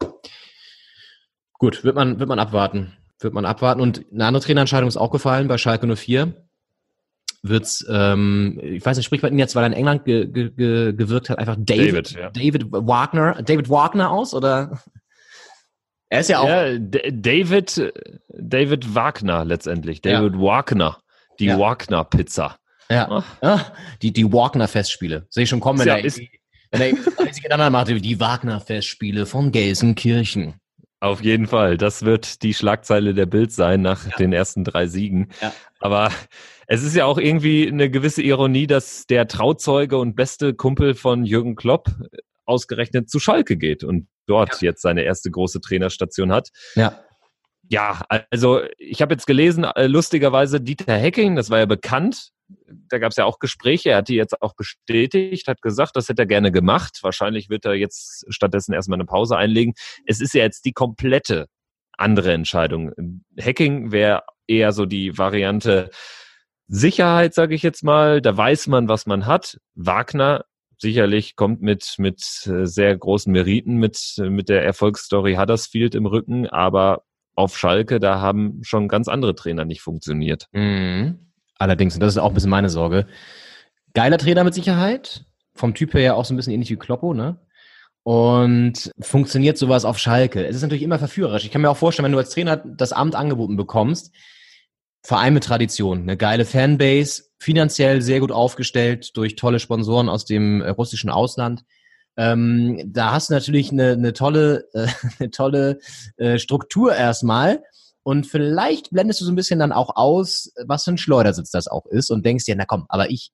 Gut, wird man abwarten. Und eine andere Trainerentscheidung ist auch gefallen bei Schalke 04. Wird's, ich weiß nicht, spricht man ihn jetzt, weil er in England gewirkt hat, einfach David Wagner aus, oder? Er ist ja auch... Ja, David Wagner letztlich. David Wagner. Die Wagner-Pizza. Ja. Die Wagner-Festspiele. Sehe ich schon kommen, wenn er miteinander macht, die Wagner-Festspiele von Gelsenkirchen. Auf jeden Fall. Das wird die Schlagzeile der Bild sein nach den ersten 3 Siegen. Ja. Aber es ist ja auch irgendwie eine gewisse Ironie, dass der Trauzeuge und beste Kumpel von Jürgen Klopp ausgerechnet zu Schalke geht und dort jetzt seine erste große Trainerstation hat. Ja. Ja, also ich habe jetzt gelesen, lustigerweise Dieter Hecking, das war ja bekannt, da gab es ja auch Gespräche, er hat die jetzt auch bestätigt, hat gesagt, das hätte er gerne gemacht. Wahrscheinlich wird er jetzt stattdessen erstmal eine Pause einlegen. Es ist ja jetzt die komplette andere Entscheidung. Hacking wäre eher so die Variante Sicherheit, sage ich jetzt mal. Da weiß man, was man hat. Wagner sicherlich kommt mit sehr großen Meriten, mit der Erfolgsstory Huddersfield im Rücken, aber auf Schalke, da haben schon ganz andere Trainer nicht funktioniert. Allerdings, und das ist auch ein bisschen meine Sorge, geiler Trainer mit Sicherheit, vom Typ her ja auch so ein bisschen ähnlich wie Kloppo, ne? Und funktioniert sowas auf Schalke? Es ist natürlich immer verführerisch. Ich kann mir auch vorstellen, wenn du als Trainer das Amt angeboten bekommst, Verein mit Tradition, eine geile Fanbase, finanziell sehr gut aufgestellt durch tolle Sponsoren aus dem russischen Ausland. Da hast du natürlich eine tolle Struktur erstmal und vielleicht blendest du so ein bisschen dann auch aus, was für ein Schleudersitz das auch ist und denkst dir, na komm, aber ich,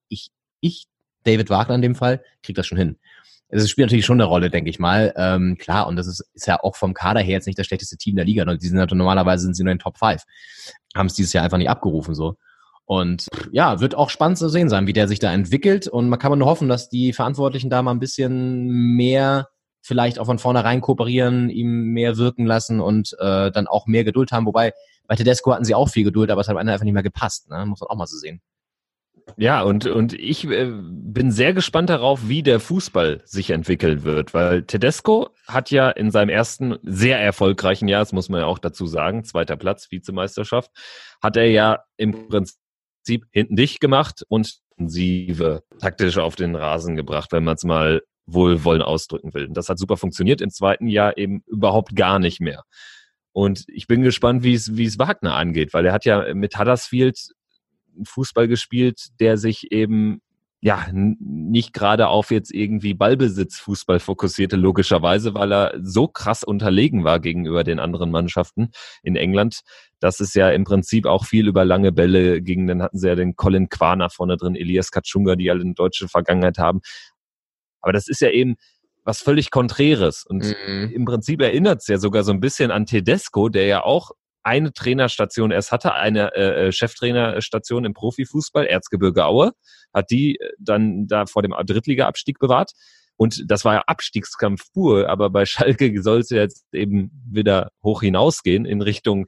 David Wagner in dem Fall, krieg das schon hin. Es spielt natürlich schon eine Rolle, denke ich mal. Klar, und das ist ja auch vom Kader her jetzt nicht das schlechteste Team der Liga. Die sind halt, normalerweise sind sie nur in den Top 5. Haben es dieses Jahr einfach nicht abgerufen so. Und ja, wird auch spannend zu sehen sein, wie der sich da entwickelt. Und man kann nur hoffen, dass die Verantwortlichen da mal ein bisschen mehr vielleicht auch von vornherein kooperieren, ihm mehr wirken lassen und dann auch mehr Geduld haben. Wobei, bei Tedesco hatten sie auch viel Geduld, aber es hat am Ende einfach nicht mehr gepasst. Ne? Muss man auch mal so sehen. Ja, und ich bin sehr gespannt darauf, wie der Fußball sich entwickeln wird, weil Tedesco hat ja in seinem ersten sehr erfolgreichen Jahr, das muss man ja auch dazu sagen, 2. Platz, Vizemeisterschaft, hat er ja im Prinzip hinten dicht gemacht und Offensive taktisch auf den Rasen gebracht, wenn man es mal wohlwollend ausdrücken will. Und das hat super funktioniert, im zweiten Jahr eben überhaupt gar nicht mehr. Und ich bin gespannt, wie es Wagner angeht, weil er hat ja mit Huddersfield Fußball gespielt, der sich eben ja nicht gerade auf jetzt irgendwie Ballbesitz-Fußball fokussierte, logischerweise, weil er so krass unterlegen war gegenüber den anderen Mannschaften in England, dass es ja im Prinzip auch viel über lange Bälle ging. Dann hatten sie ja den Colin Quaner vorne drin, Elias Katschunga, die alle eine deutsche Vergangenheit haben. Aber das ist ja eben was völlig Konträres. Und im Prinzip erinnert es ja sogar so ein bisschen an Tedesco, der ja auch eine Trainerstation erst hatte, eine Cheftrainerstation im Profifußball, Erzgebirge Aue, hat die dann da vor dem Drittliga-Abstieg bewahrt. Und das war ja Abstiegskampf pur, aber bei Schalke soll es jetzt eben wieder hoch hinausgehen in Richtung,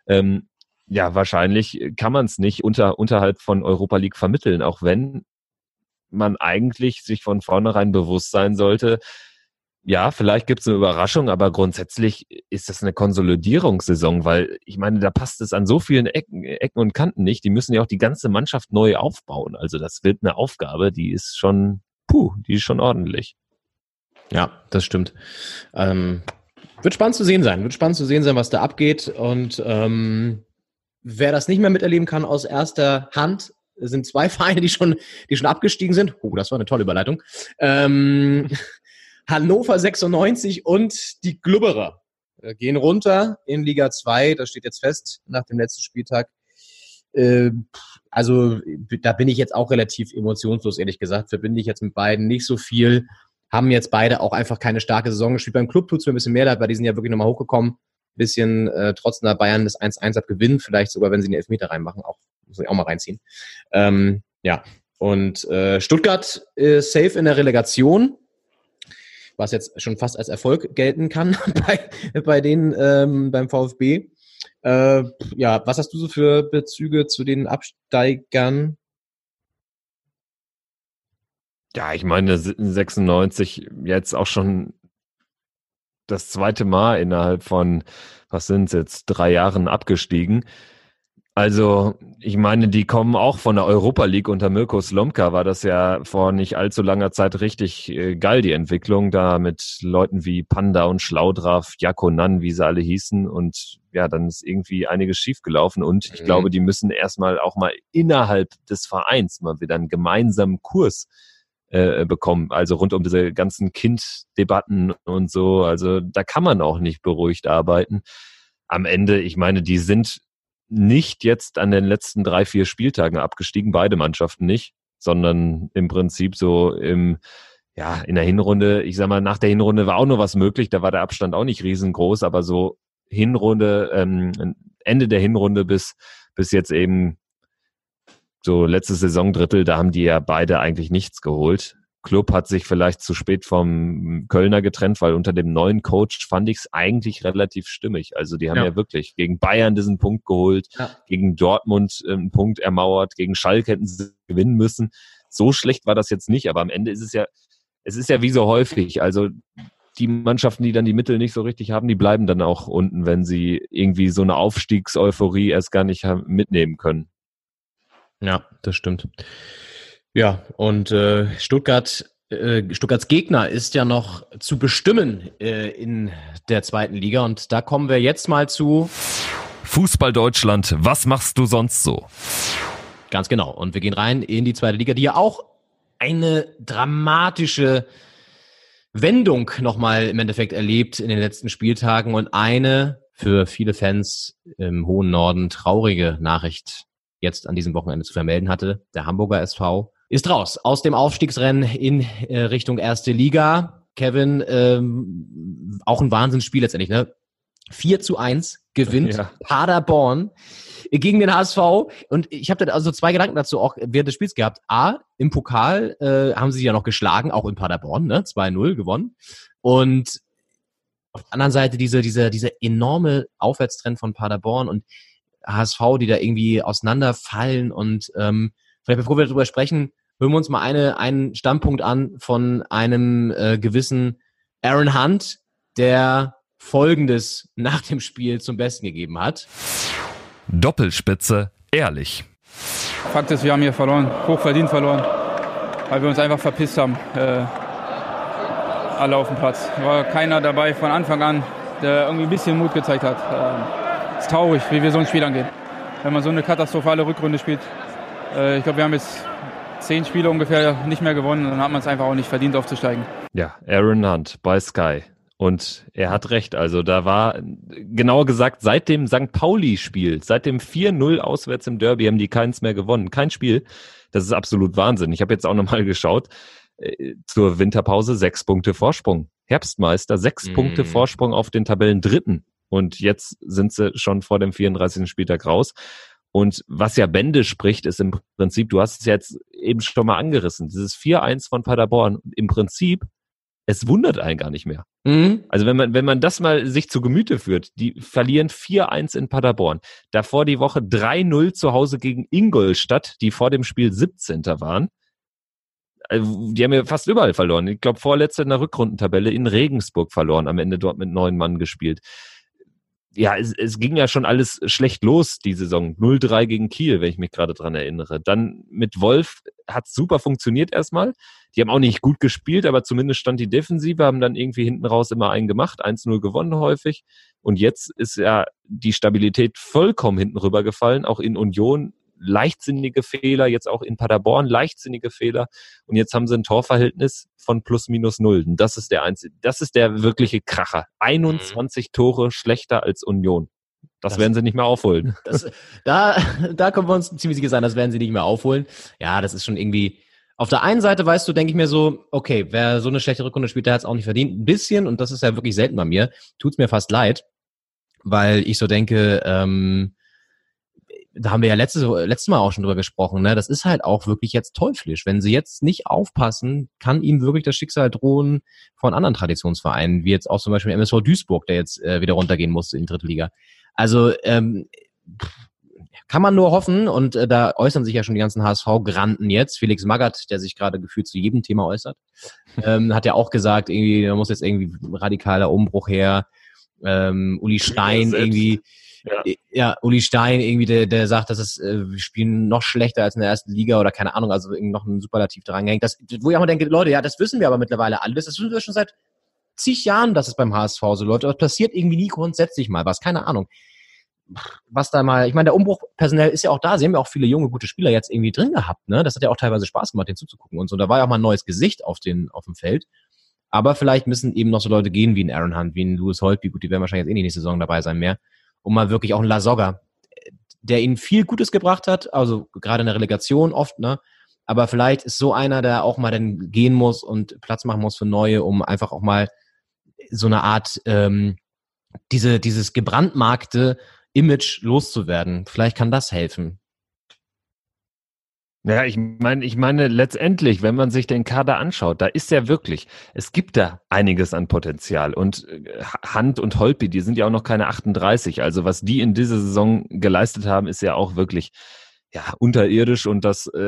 wahrscheinlich kann man es nicht unterhalb von Europa League vermitteln, auch wenn man eigentlich sich von vornherein bewusst sein sollte, ja, vielleicht gibt es eine Überraschung, aber grundsätzlich ist das eine Konsolidierungssaison, weil ich meine, da passt es an so vielen Ecken und Kanten nicht. Die müssen ja auch die ganze Mannschaft neu aufbauen. Also das wird eine Aufgabe, die ist schon ordentlich. Ja, das stimmt. Wird spannend zu sehen sein. Was da abgeht. Und wer das nicht mehr miterleben kann aus erster Hand, sind 2 Vereine, die schon abgestiegen sind. Oh, das war eine tolle Überleitung. Hannover 96 und die Glubberer gehen runter in Liga 2. Das steht jetzt fest nach dem letzten Spieltag. Also da bin ich jetzt auch relativ emotionslos, ehrlich gesagt. Verbinde ich jetzt mit beiden nicht so viel. Haben jetzt beide auch einfach keine starke Saison gespielt. Beim Club tut es mir ein bisschen mehr leid, weil die sind ja wirklich nochmal hochgekommen. Bisschen trotzdem da Bayern das 1-1 abgewinnen. Vielleicht sogar, wenn sie den Elfmeter reinmachen. Muss ich auch mal reinziehen. Ja. Und Stuttgart safe in der Relegation, was jetzt schon fast als Erfolg gelten kann bei denen beim VfB. Was hast du so für Bezüge zu den Absteigern? Ja, ich meine, 96 jetzt auch schon das 2. Mal innerhalb von, was sind es jetzt, 3 Jahren abgestiegen. Also, ich meine, die kommen auch von der Europa League. Unter Mirko Slomka war das ja vor nicht allzu langer Zeit richtig geil, die Entwicklung da mit Leuten wie Panda und Schlaudraff, Jakonan, wie sie alle hießen. Und ja, dann ist irgendwie einiges schiefgelaufen. Und ich glaube, die müssen erstmal auch mal innerhalb des Vereins mal wieder einen gemeinsamen Kurs bekommen. Also rund um diese ganzen Kinddebatten und so. Also da kann man auch nicht beruhigt arbeiten. Am Ende, ich meine, die sind nicht jetzt an den letzten 3-4 Spieltagen abgestiegen, beide Mannschaften nicht, sondern im Prinzip so in der Hinrunde, ich sag mal, nach der Hinrunde war auch noch was möglich, da war der Abstand auch nicht riesengroß, aber so Hinrunde, Ende der Hinrunde bis jetzt eben so letztes Saisondrittel, da haben die ja beide eigentlich nichts geholt. Klub hat sich vielleicht zu spät vom Kölner getrennt, weil unter dem neuen Coach fand ich es eigentlich relativ stimmig. Also die haben ja wirklich gegen Bayern diesen Punkt geholt, gegen Dortmund einen Punkt ermauert, gegen Schalke hätten sie gewinnen müssen. So schlecht war das jetzt nicht, aber am Ende ist es ja wie so häufig. Also die Mannschaften, die dann die Mittel nicht so richtig haben, die bleiben dann auch unten, wenn sie irgendwie so eine Aufstiegseuphorie erst gar nicht mitnehmen können. Ja, das stimmt. Ja, und Stuttgarts Gegner ist ja noch zu bestimmen in der zweiten Liga. Und da kommen wir jetzt mal zu Fußball Deutschland, was machst du sonst so? Ganz genau. Und wir gehen rein in die zweite Liga, die ja auch eine dramatische Wendung nochmal im Endeffekt erlebt in den letzten Spieltagen und eine für viele Fans im hohen Norden traurige Nachricht jetzt an diesem Wochenende zu vermelden hatte. Der Hamburger SV ist raus aus dem Aufstiegsrennen in Richtung erste Liga. Kevin, auch ein Wahnsinnsspiel letztendlich, ne? 4:1 gewinnt Paderborn gegen den HSV. Und ich habe da also zwei Gedanken dazu auch während des Spiels gehabt. A, im Pokal haben sie ja noch geschlagen, auch in Paderborn, ne? 2:0 gewonnen. Und auf der anderen Seite dieser enorme Aufwärtstrend von Paderborn und HSV, die da irgendwie auseinanderfallen. Und vielleicht bevor wir darüber sprechen, hören wir uns mal einen Standpunkt an von einem gewissen Aaron Hunt, der Folgendes nach dem Spiel zum Besten gegeben hat. Doppelspitze, ehrlich. Fakt ist, wir haben hier verloren, hochverdient verloren, weil wir uns einfach verpisst haben, alle auf dem Platz. War keiner dabei von Anfang an, der irgendwie ein bisschen Mut gezeigt hat. Es ist traurig, wie wir so ein Spiel angehen. Wenn man so eine katastrophale Rückrunde spielt. Ich glaube, wir haben jetzt 10 Spiele ungefähr nicht mehr gewonnen, dann hat man es einfach auch nicht verdient aufzusteigen. Ja, Aaron Hunt bei Sky. Und er hat recht, also da war, genauer gesagt, seit dem St. Pauli-Spiel, seit dem 4:0 auswärts im Derby haben die keins mehr gewonnen. Kein Spiel. Das ist absolut Wahnsinn. Ich habe jetzt auch nochmal geschaut, zur Winterpause 6 Punkte Vorsprung. Herbstmeister, 6 Punkte Vorsprung auf den Tabellendritten. Und jetzt sind sie schon vor dem 34. Spieltag raus. Und was ja Bände spricht, ist im Prinzip, du hast es jetzt eben schon mal angerissen, dieses 4:1 von Paderborn, im Prinzip, es wundert einen gar nicht mehr. Also wenn man das mal sich zu Gemüte führt, die verlieren 4:1 in Paderborn. Davor die Woche 3:0 zu Hause gegen Ingolstadt, die vor dem Spiel 17. waren. Die haben ja fast überall verloren. Ich glaube, vorletzte in der Rückrundentabelle in Regensburg verloren, am Ende dort mit 9 Mann gespielt. Ja, es ging ja schon alles schlecht los, die Saison. 0:3 gegen Kiel, wenn ich mich gerade dran erinnere. Dann mit Wolf hat super funktioniert erstmal. Die haben auch nicht gut gespielt, aber zumindest stand die Defensive, haben dann irgendwie hinten raus immer einen gemacht, 1:0 gewonnen häufig. Und jetzt ist ja die Stabilität vollkommen hinten rübergefallen, auch in Union. Leichtsinnige Fehler, jetzt auch in Paderborn leichtsinnige Fehler. Und jetzt haben sie ein Torverhältnis von +/-0. Das ist der wirkliche Kracher. 21 Tore schlechter als Union. Das werden sie nicht mehr aufholen. Da können wir uns ziemlich sicher sein, das werden sie nicht mehr aufholen. Ja, das ist schon irgendwie, auf der einen Seite weißt du, denke ich mir so, okay, wer so eine schlechte Rückrunde spielt, der hat es auch nicht verdient. Ein bisschen, und das ist ja wirklich selten bei mir, tut's mir fast leid, weil ich so denke, da haben wir ja letztes Mal auch schon drüber gesprochen, ne? Das ist halt auch wirklich jetzt teuflisch. Wenn sie jetzt nicht aufpassen, kann ihm wirklich das Schicksal drohen von anderen Traditionsvereinen, wie jetzt auch zum Beispiel MSV Duisburg, der jetzt wieder runtergehen musste in die dritte Liga. Also kann man nur hoffen, und da äußern sich ja schon die ganzen HSV-Granden jetzt. Felix Magath, der sich gerade gefühlt zu jedem Thema äußert, hat ja auch gesagt, irgendwie, da muss jetzt irgendwie radikaler Umbruch her. Uli Stein irgendwie... Ja, Uli Stein irgendwie, der sagt, dass wir spielen noch schlechter als in der ersten Liga oder keine Ahnung, also irgendwie noch ein Superlativ dran gehängt. Wo ich auch mal denke, Leute, ja, das wissen wir aber mittlerweile alles. Das wissen wir schon seit zig Jahren, dass es beim HSV so läuft. Aber es passiert irgendwie nie grundsätzlich mal was, keine Ahnung. Was da mal, ich meine, der Umbruch personell ist ja auch da. Sie haben ja auch viele junge, gute Spieler jetzt irgendwie drin gehabt, ne? Das hat ja auch teilweise Spaß gemacht, denen zuzugucken und so. Da war ja auch mal ein neues Gesicht auf dem Feld. Aber vielleicht müssen eben noch so Leute gehen wie ein Aaron Hunt, wie ein Louis Holtby, gut, die werden wahrscheinlich jetzt eh nicht nächste Saison dabei sein mehr. Und mal wirklich auch ein Lasogga, der ihnen viel Gutes gebracht hat, also gerade in der Relegation oft, ne? Aber vielleicht ist so einer, der auch mal dann gehen muss und Platz machen muss für Neue, um einfach auch mal so eine Art, dieses gebrandmarkte Image loszuwerden. Vielleicht kann das helfen. Ja, ich meine, letztendlich, wenn man sich den Kader anschaut, da ist ja wirklich, es gibt da einiges an Potenzial und Hand und Holtby, die sind ja auch noch keine 38, also was die in dieser Saison geleistet haben, ist ja auch wirklich, ja, unterirdisch und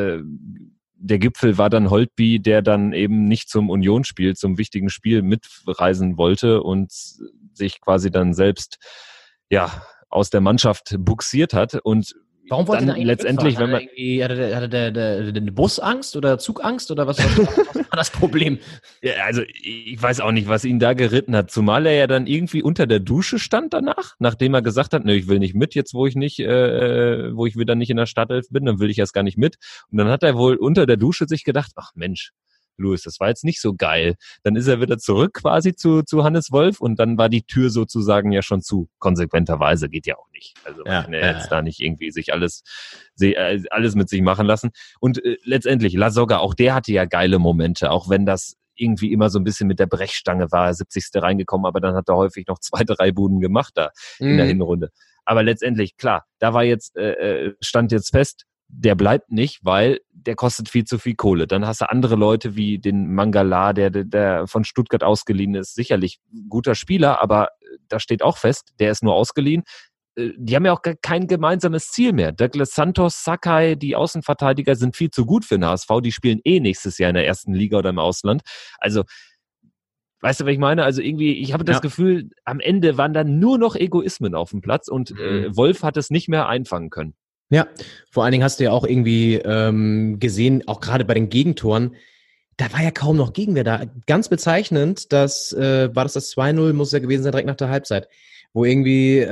der Gipfel war dann Holtby, der dann eben nicht zum Unionsspiel, zum wichtigen Spiel mitreisen wollte und sich quasi dann selbst, ja, aus der Mannschaft buxiert hat und Warum wollte dann er eigentlich letztendlich, wenn man hatte der eine Busangst oder Zugangst oder was war das Problem? ja, also ich weiß auch nicht, was ihn da geritten hat, zumal er ja dann irgendwie unter der Dusche stand danach, nachdem er gesagt hat, ich will nicht mit, jetzt wo ich wieder nicht in der Startelf bin, dann will ich erst gar nicht mit. Und dann hat er wohl unter der Dusche sich gedacht, ach Mensch, Louis, das war jetzt nicht so geil. Dann ist er wieder zurück quasi zu Hannes Wolf und dann war die Tür sozusagen ja schon zu. Konsequenterweise geht ja auch nicht. Also man kann ja jetzt da nicht irgendwie sich alles mit sich machen lassen. Und letztendlich, Lasogga, auch der hatte ja geile Momente, auch wenn das irgendwie immer so ein bisschen mit der Brechstange war, 70. reingekommen, aber dann hat er häufig noch 2, 3 Buden gemacht da in der Hinrunde. Aber letztendlich, klar, da war jetzt, stand jetzt fest, der bleibt nicht, weil der kostet viel zu viel Kohle. Dann hast du andere Leute wie den Mangala, der von Stuttgart ausgeliehen ist. Sicherlich guter Spieler, aber da steht auch fest, der ist nur ausgeliehen. Die haben ja auch kein gemeinsames Ziel mehr. Douglas Santos, Sakai, die Außenverteidiger sind viel zu gut für den HSV. Die spielen nächstes Jahr in der ersten Liga oder im Ausland. Also, weißt du, was ich meine? Also irgendwie, ich habe das Gefühl, am Ende waren dann nur noch Egoismen auf dem Platz und Wolf hat es nicht mehr einfangen können. Ja, vor allen Dingen hast du ja auch irgendwie gesehen, auch gerade bei den Gegentoren, da war ja kaum noch Gegenwehr da. Ganz bezeichnend, das 2-0 muss ja gewesen sein, direkt nach der Halbzeit, wo irgendwie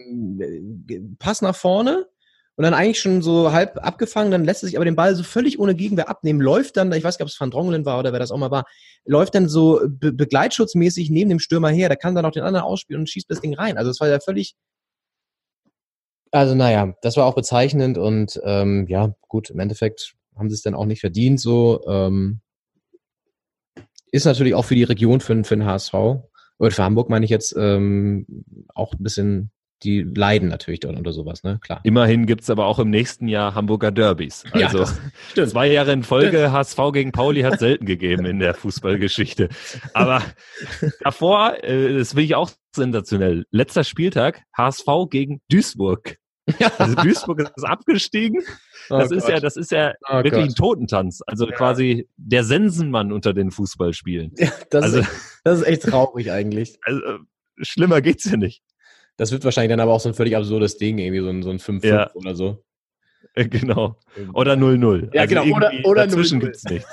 Pass nach vorne und dann eigentlich schon so halb abgefangen, dann lässt er sich aber den Ball so völlig ohne Gegenwehr abnehmen, läuft dann, ich weiß nicht, ob es Van Drongelen war oder wer das auch mal war, läuft dann so begleitschutzmäßig neben dem Stürmer her, der kann dann auch den anderen ausspielen und schießt das Ding rein. Also es war ja völlig. Also naja, das war auch bezeichnend und ja, gut, im Endeffekt haben sie es dann auch nicht verdient. So ist natürlich auch für die Region, für den HSV oder für Hamburg meine ich jetzt auch ein bisschen, die leiden natürlich dort unter sowas, ne? Klar. Immerhin gibt's aber auch im nächsten Jahr Hamburger Derbys. Also ja, 2 Jahre in Folge HSV gegen Pauli hat selten gegeben in der Fußballgeschichte. Aber davor, das finde ich auch sensationell. Letzter Spieltag, HSV gegen Duisburg. Also Duisburg ist abgestiegen. Das ist ja wirklich ein Totentanz. Also quasi der Sensenmann unter den Fußballspielen. Ja, das ist echt traurig eigentlich. Also schlimmer geht's ja nicht. Das wird wahrscheinlich dann aber auch so ein völlig absurdes Ding, irgendwie so ein 5-5 oder so. Genau. Oder 0-0. Ja, also genau. Oder dazwischen gibt's nichts.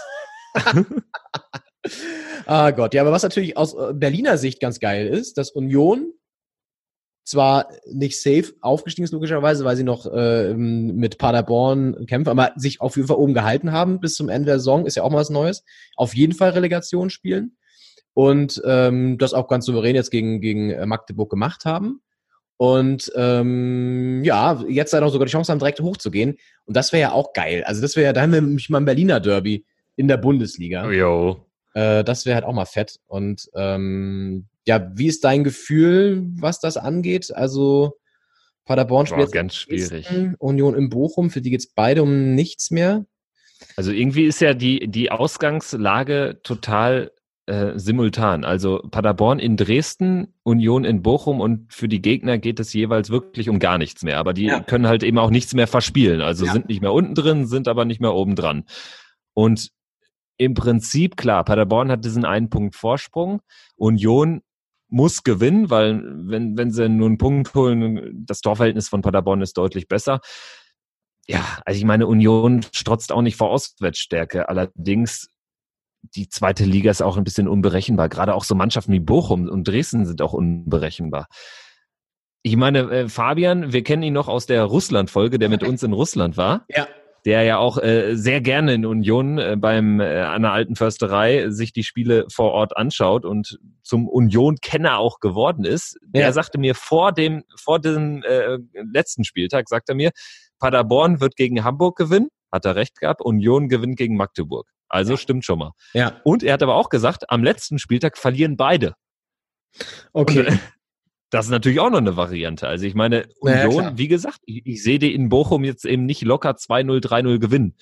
Ah Gott, ja, aber was natürlich aus Berliner Sicht ganz geil ist, dass Union zwar nicht safe aufgestiegen ist, logischerweise, weil sie noch mit Paderborn kämpfen, aber sich auf jeden Fall oben gehalten haben bis zum Ende der Saison, ist ja auch mal was Neues. Auf jeden Fall Relegation spielen und das auch ganz souverän jetzt gegen Magdeburg gemacht haben. Und ja, jetzt noch sogar die Chance haben, direkt hochzugehen. Und das wäre ja auch geil. Also das wäre ja, da haben wir nämlich mal ein Berliner Derby in der Bundesliga. Jo. Das wäre halt auch mal fett. Und ja, wie ist dein Gefühl, was das angeht? Also Paderborn spielt jetzt ganz schwierig. Union in Bochum, für die geht's beide um nichts mehr. Also irgendwie ist ja die Ausgangslage total simultan. Also Paderborn in Dresden, Union in Bochum und für die Gegner geht es jeweils wirklich um gar nichts mehr. Aber die können halt eben auch nichts mehr verspielen. Also sind nicht mehr unten drin, sind aber nicht mehr oben dran. Und im Prinzip, klar, Paderborn hat diesen einen Punkt Vorsprung. Union muss gewinnen, weil wenn sie nur einen Punkt holen, das Torverhältnis von Paderborn ist deutlich besser. Ja, also ich meine, Union strotzt auch nicht vor Auswärtsstärke. Allerdings die zweite Liga ist auch ein bisschen unberechenbar. Gerade auch so Mannschaften wie Bochum und Dresden sind auch unberechenbar. Ich meine, Fabian, wir kennen ihn noch aus der Russland-Folge, der mit uns in Russland war. Ja. Der ja auch sehr gerne in Union an der alten Försterei sich die Spiele vor Ort anschaut und zum Union-Kenner auch geworden ist. Der sagte mir vor dem letzten Spieltag, sagt er mir, Paderborn wird gegen Hamburg gewinnen, hat er recht gehabt, Union gewinnt gegen Magdeburg. Also stimmt schon mal. Ja. Und er hat aber auch gesagt, am letzten Spieltag verlieren beide. Okay. Und, das ist natürlich auch noch eine Variante. Also ich meine, Union, wie gesagt, ich sehe die in Bochum jetzt eben nicht locker 2-0, 3-0 gewinnen,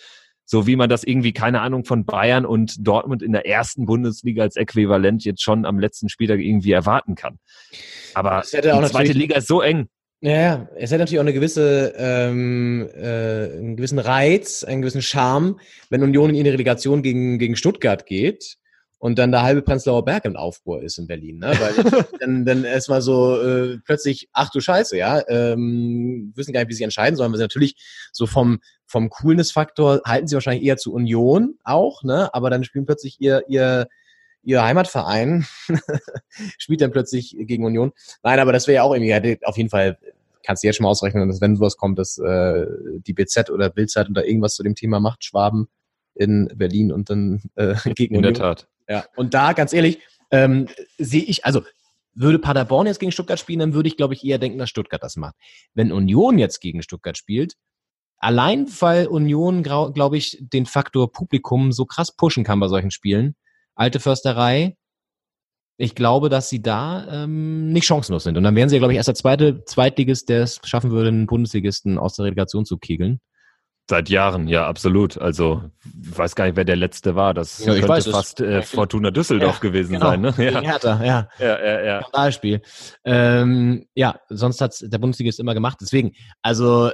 So wie man das irgendwie, keine Ahnung, von Bayern und Dortmund in der ersten Bundesliga als Äquivalent jetzt schon am letzten Spieltag irgendwie erwarten kann. Aber die zweite Liga ist so eng. Ja, es hat natürlich auch einen gewissen Reiz, einen gewissen Charme, wenn Union in ihre Relegation gegen Stuttgart geht und dann der halbe Prenzlauer Berg im Aufruhr ist in Berlin, ne? Weil dann erstmal so plötzlich, ach du Scheiße, ja, wissen gar nicht, wie sie sich entscheiden sollen, weil sie natürlich so vom Coolness-Faktor halten sie wahrscheinlich eher zu Union auch, ne? Aber dann spielen plötzlich ihr Heimatverein spielt dann plötzlich gegen Union. Nein, aber das wäre ja auch irgendwie, auf jeden Fall, kannst du jetzt schon mal ausrechnen, dass wenn sowas kommt, dass die BZ oder Bildzeit oder irgendwas zu dem Thema macht, Schwaben in Berlin und dann gegen Union. In der Tat. Ja, und da, ganz ehrlich, sehe ich, also würde Paderborn jetzt gegen Stuttgart spielen, dann würde ich, glaube ich, eher denken, dass Stuttgart das macht. Wenn Union jetzt gegen Stuttgart spielt, allein weil Union, glaube ich, den Faktor Publikum so krass pushen kann bei solchen Spielen, alte Försterei, ich glaube, dass sie da nicht chancenlos sind. Und dann wären sie, glaube ich, erst der Zweitligist, der es schaffen würde, einen Bundesligisten aus der Relegation zu kegeln. Seit Jahren, ja, absolut. Also, ich weiß gar nicht, wer der Letzte war. Das könnte fast Fortuna Düsseldorf gewesen sein. Ne? Gegen Hertha, ja. Skandalspiel. Sonst hat der Bundesligist immer gemacht. Deswegen, also,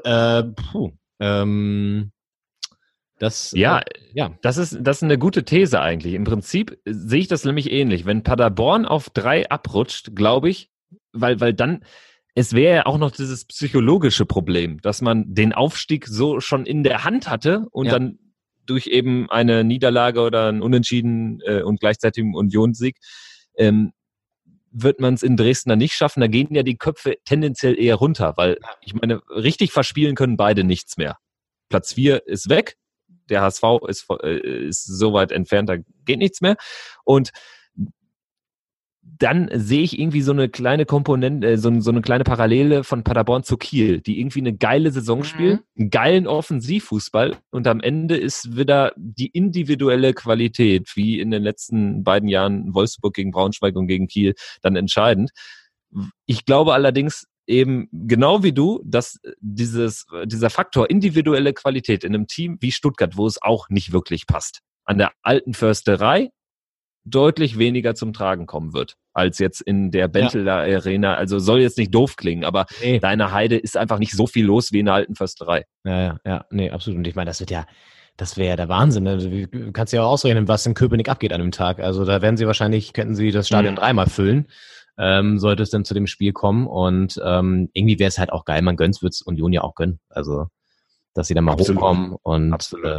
das ist eine gute These eigentlich. Im Prinzip sehe ich das nämlich ähnlich. Wenn Paderborn auf 3 abrutscht, glaube ich, weil dann, es wäre ja auch noch dieses psychologische Problem, dass man den Aufstieg so schon in der Hand hatte und dann durch eben eine Niederlage oder einen Unentschieden und gleichzeitigen Unionssieg wird man es in Dresden dann nicht schaffen. Da gehen ja die Köpfe tendenziell eher runter, weil ich meine, richtig verspielen können beide nichts mehr. Platz 4 ist weg. Der HSV ist so weit entfernt, da geht nichts mehr. Und dann sehe ich irgendwie so eine kleine Komponente, so eine kleine Parallele von Paderborn zu Kiel, die irgendwie eine geile Saison spielen, einen geilen Offensivfußball und am Ende ist wieder die individuelle Qualität, wie in den letzten beiden Jahren Wolfsburg gegen Braunschweig und gegen Kiel, dann entscheidend. Ich glaube allerdings eben genau wie du, dass dieser Faktor individuelle Qualität in einem Team wie Stuttgart, wo es auch nicht wirklich passt, an der alten Försterei deutlich weniger zum Tragen kommen wird, als jetzt in der Benteler Arena. Also soll jetzt nicht doof klingen, aber deine Heide ist einfach nicht so viel los wie in der alten Försterei. Ja, nee, absolut. Und ich meine, das wäre ja der Wahnsinn. Also, du kannst ja auch ausrechnen, was in Köpenick abgeht an dem Tag. Also da könnten sie das Stadion 3-mal füllen, sollte es dann zu dem Spiel kommen. Und irgendwie wäre es halt auch geil, man gönnt's, wird's Union ja auch gönnen. Also, dass sie dann mal hochkommen. Und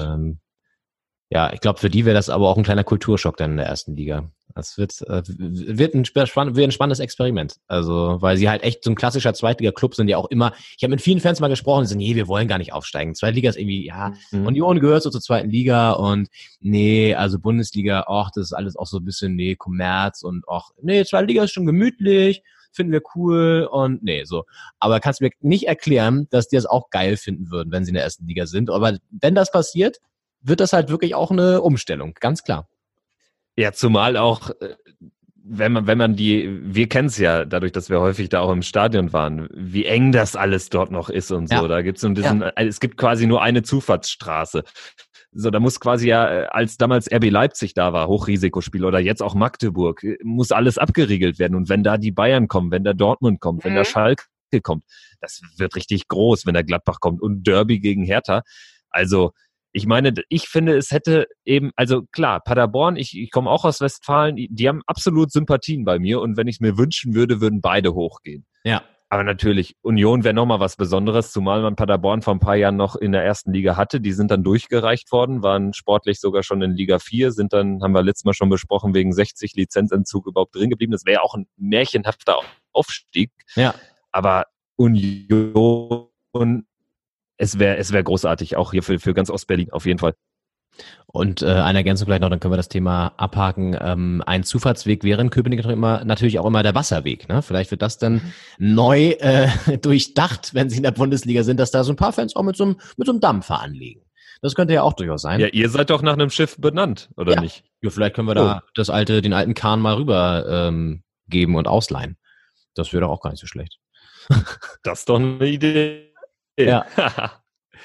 ich glaube, für die wäre das aber auch ein kleiner Kulturschock dann in der ersten Liga. Das wird ein spannendes Experiment. Also, weil sie halt echt so ein klassischer Zweitliga-Club sind, ja auch immer, ich habe mit vielen Fans mal gesprochen, die sagen, nee, wir wollen gar nicht aufsteigen. Zweitliga ist irgendwie, Union gehört so zur zweiten Liga und also Bundesliga, das ist alles auch so ein bisschen, Kommerz und zweite Liga ist schon gemütlich, finden wir cool und so. Aber kannst du mir nicht erklären, dass die das auch geil finden würden, wenn sie in der ersten Liga sind. Aber wenn das passiert, wird das halt wirklich auch eine Umstellung, ganz klar. Ja, zumal auch, wenn man wir kennen es ja dadurch, dass wir häufig da auch im Stadion waren, wie eng das alles dort noch ist und so. Ja. Da gibt's es gibt quasi nur eine Zufahrtsstraße. So, da muss quasi als damals RB Leipzig da war, Hochrisikospiel oder jetzt auch Magdeburg, muss alles abgeriegelt werden. Und wenn da die Bayern kommen, wenn da Dortmund kommt, wenn da Schalke kommt, das wird richtig groß, wenn da Gladbach kommt und Derby gegen Hertha. Also, ich meine, ich finde, es hätte eben, also klar, Paderborn, ich komme auch aus Westfalen, die haben absolut Sympathien bei mir und wenn ich es mir wünschen würde, würden beide hochgehen. Ja. Aber natürlich, Union wäre nochmal was Besonderes, zumal man Paderborn vor ein paar Jahren noch in der ersten Liga hatte. Die sind dann durchgereicht worden, waren sportlich sogar schon in Liga 4, sind dann, haben wir letztes Mal schon besprochen, wegen 60 Lizenzentzug überhaupt drin geblieben. Das wäre auch ein märchenhafter Aufstieg. Ja. Aber Union, es wäre großartig, auch hier für ganz Ostberlin auf jeden Fall. Und eine Ergänzung vielleicht noch, dann können wir das Thema abhaken. Ein Zufahrtsweg wäre in Köpenick natürlich auch immer der Wasserweg. Ne? Vielleicht wird das dann neu durchdacht, wenn sie in der Bundesliga sind, dass da so ein paar Fans auch mit so einem Dampfer anlegen. Das könnte ja auch durchaus sein. Ja, ihr seid doch nach einem Schiff benannt, oder nicht? Ja, vielleicht können wir da den alten Kahn mal rüber geben und ausleihen. Das wäre doch auch gar nicht so schlecht. Das ist doch eine Idee. Ja.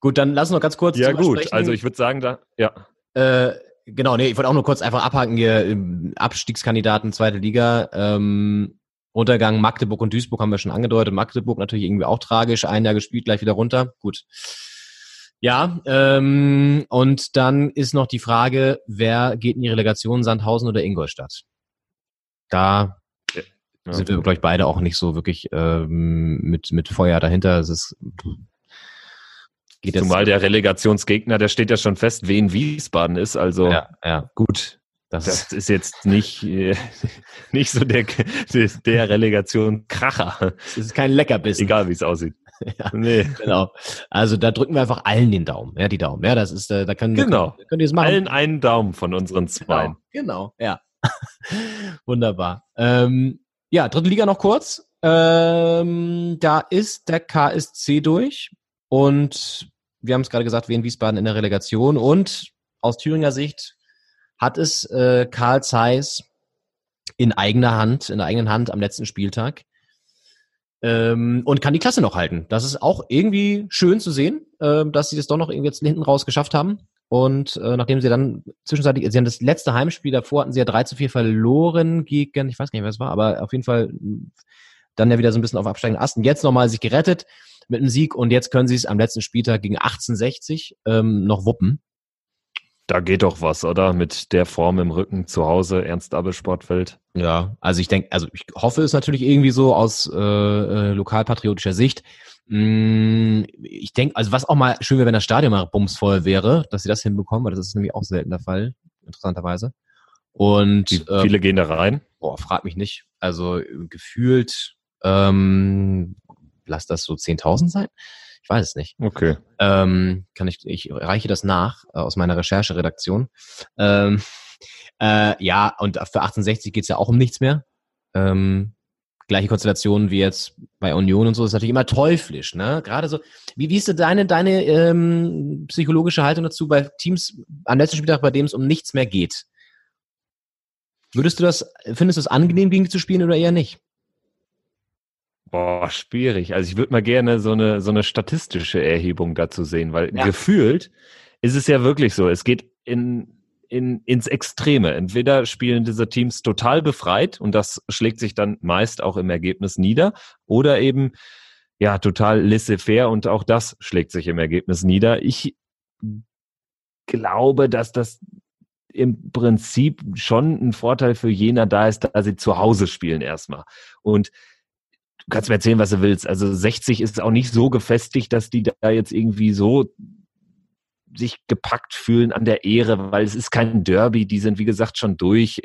Gut, dann lass uns noch ganz kurz Ja gut, sprechen. also ich würde sagen, Genau, ich wollte auch nur kurz einfach abhaken hier, Abstiegskandidaten, zweite Liga, Untergang Magdeburg und Duisburg haben wir schon angedeutet. Magdeburg natürlich irgendwie auch tragisch, ein Jahr gespielt, gleich wieder runter. Gut. Ja, und dann ist noch die Frage, wer geht in die Relegation, Sandhausen oder Ingolstadt? Da sind wir, glaube ich, beide auch nicht so wirklich mit Feuer dahinter. Es ist zumal der Relegationsgegner, der steht ja schon fest, Wien Wiesbaden ist, also gut. Das ist jetzt nicht so der Relegation-Kracher. Es ist kein Leckerbissen. Egal, wie es aussieht. Ja, nee. Genau. Also da drücken wir einfach allen den Daumen. Ja, die Daumen. Ja, das ist, da können wir es machen. Allen einen Daumen von unseren zwei. Genau. Ja. Wunderbar. Ja, dritte Liga noch kurz. Da ist der KSC durch und wir haben es gerade gesagt, Wien Wiesbaden in der Relegation und aus Thüringer Sicht hat es Karl Zeiss in eigener Hand am letzten Spieltag und kann die Klasse noch halten. Das ist auch irgendwie schön zu sehen, dass sie das doch noch irgendwie jetzt hinten raus geschafft haben. Und nachdem sie dann zwischenzeitlich, sie haben das letzte Heimspiel davor, hatten sie ja 3-4 verloren gegen, ich weiß gar nicht, wer es war, aber auf jeden Fall dann ja wieder so ein bisschen auf absteigenden Ast. Und jetzt nochmal sich gerettet mit einem Sieg und jetzt können sie es am letzten Spieltag gegen 1860 noch wuppen. Da geht doch was, oder? Mit der Form im Rücken zu Hause, Ernst-Abel-Sportfeld. Ja, also ich hoffe es natürlich irgendwie so aus lokalpatriotischer Sicht. Ich denke, also was auch mal schön wäre, wenn das Stadion mal bumsvoll wäre, dass sie das hinbekommen, weil das ist nämlich auch selten der Fall, interessanterweise. Und wie viele gehen da rein? Frag mich nicht. Also gefühlt lass das so 10.000 sein. Ich weiß es nicht. Okay. Ich reiche das nach aus meiner Rechercheredaktion. Ja, und für 1860 geht's ja auch um nichts mehr. Gleiche Konstellation wie jetzt bei Union und so, ist natürlich immer teuflisch, ne? Gerade so, wie ist deine psychologische Haltung dazu bei Teams am letzten Spieltag, bei dem es um nichts mehr geht? Findest du es angenehm, gegen die zu spielen oder eher nicht? Schwierig. Also ich würde mal gerne so eine statistische Erhebung dazu sehen, weil gefühlt ist es ja wirklich so, es geht ins Extreme. Entweder spielen diese Teams total befreit und das schlägt sich dann meist auch im Ergebnis nieder oder eben total laissez-faire und auch das schlägt sich im Ergebnis nieder. Ich glaube, dass das im Prinzip schon ein Vorteil für Jena da ist, da sie zu Hause spielen erstmal. Und du kannst mir erzählen, was du willst. Also 60 ist auch nicht so gefestigt, dass die da jetzt irgendwie so sich gepackt fühlen an der Ehre, weil es ist kein Derby, die sind wie gesagt schon durch.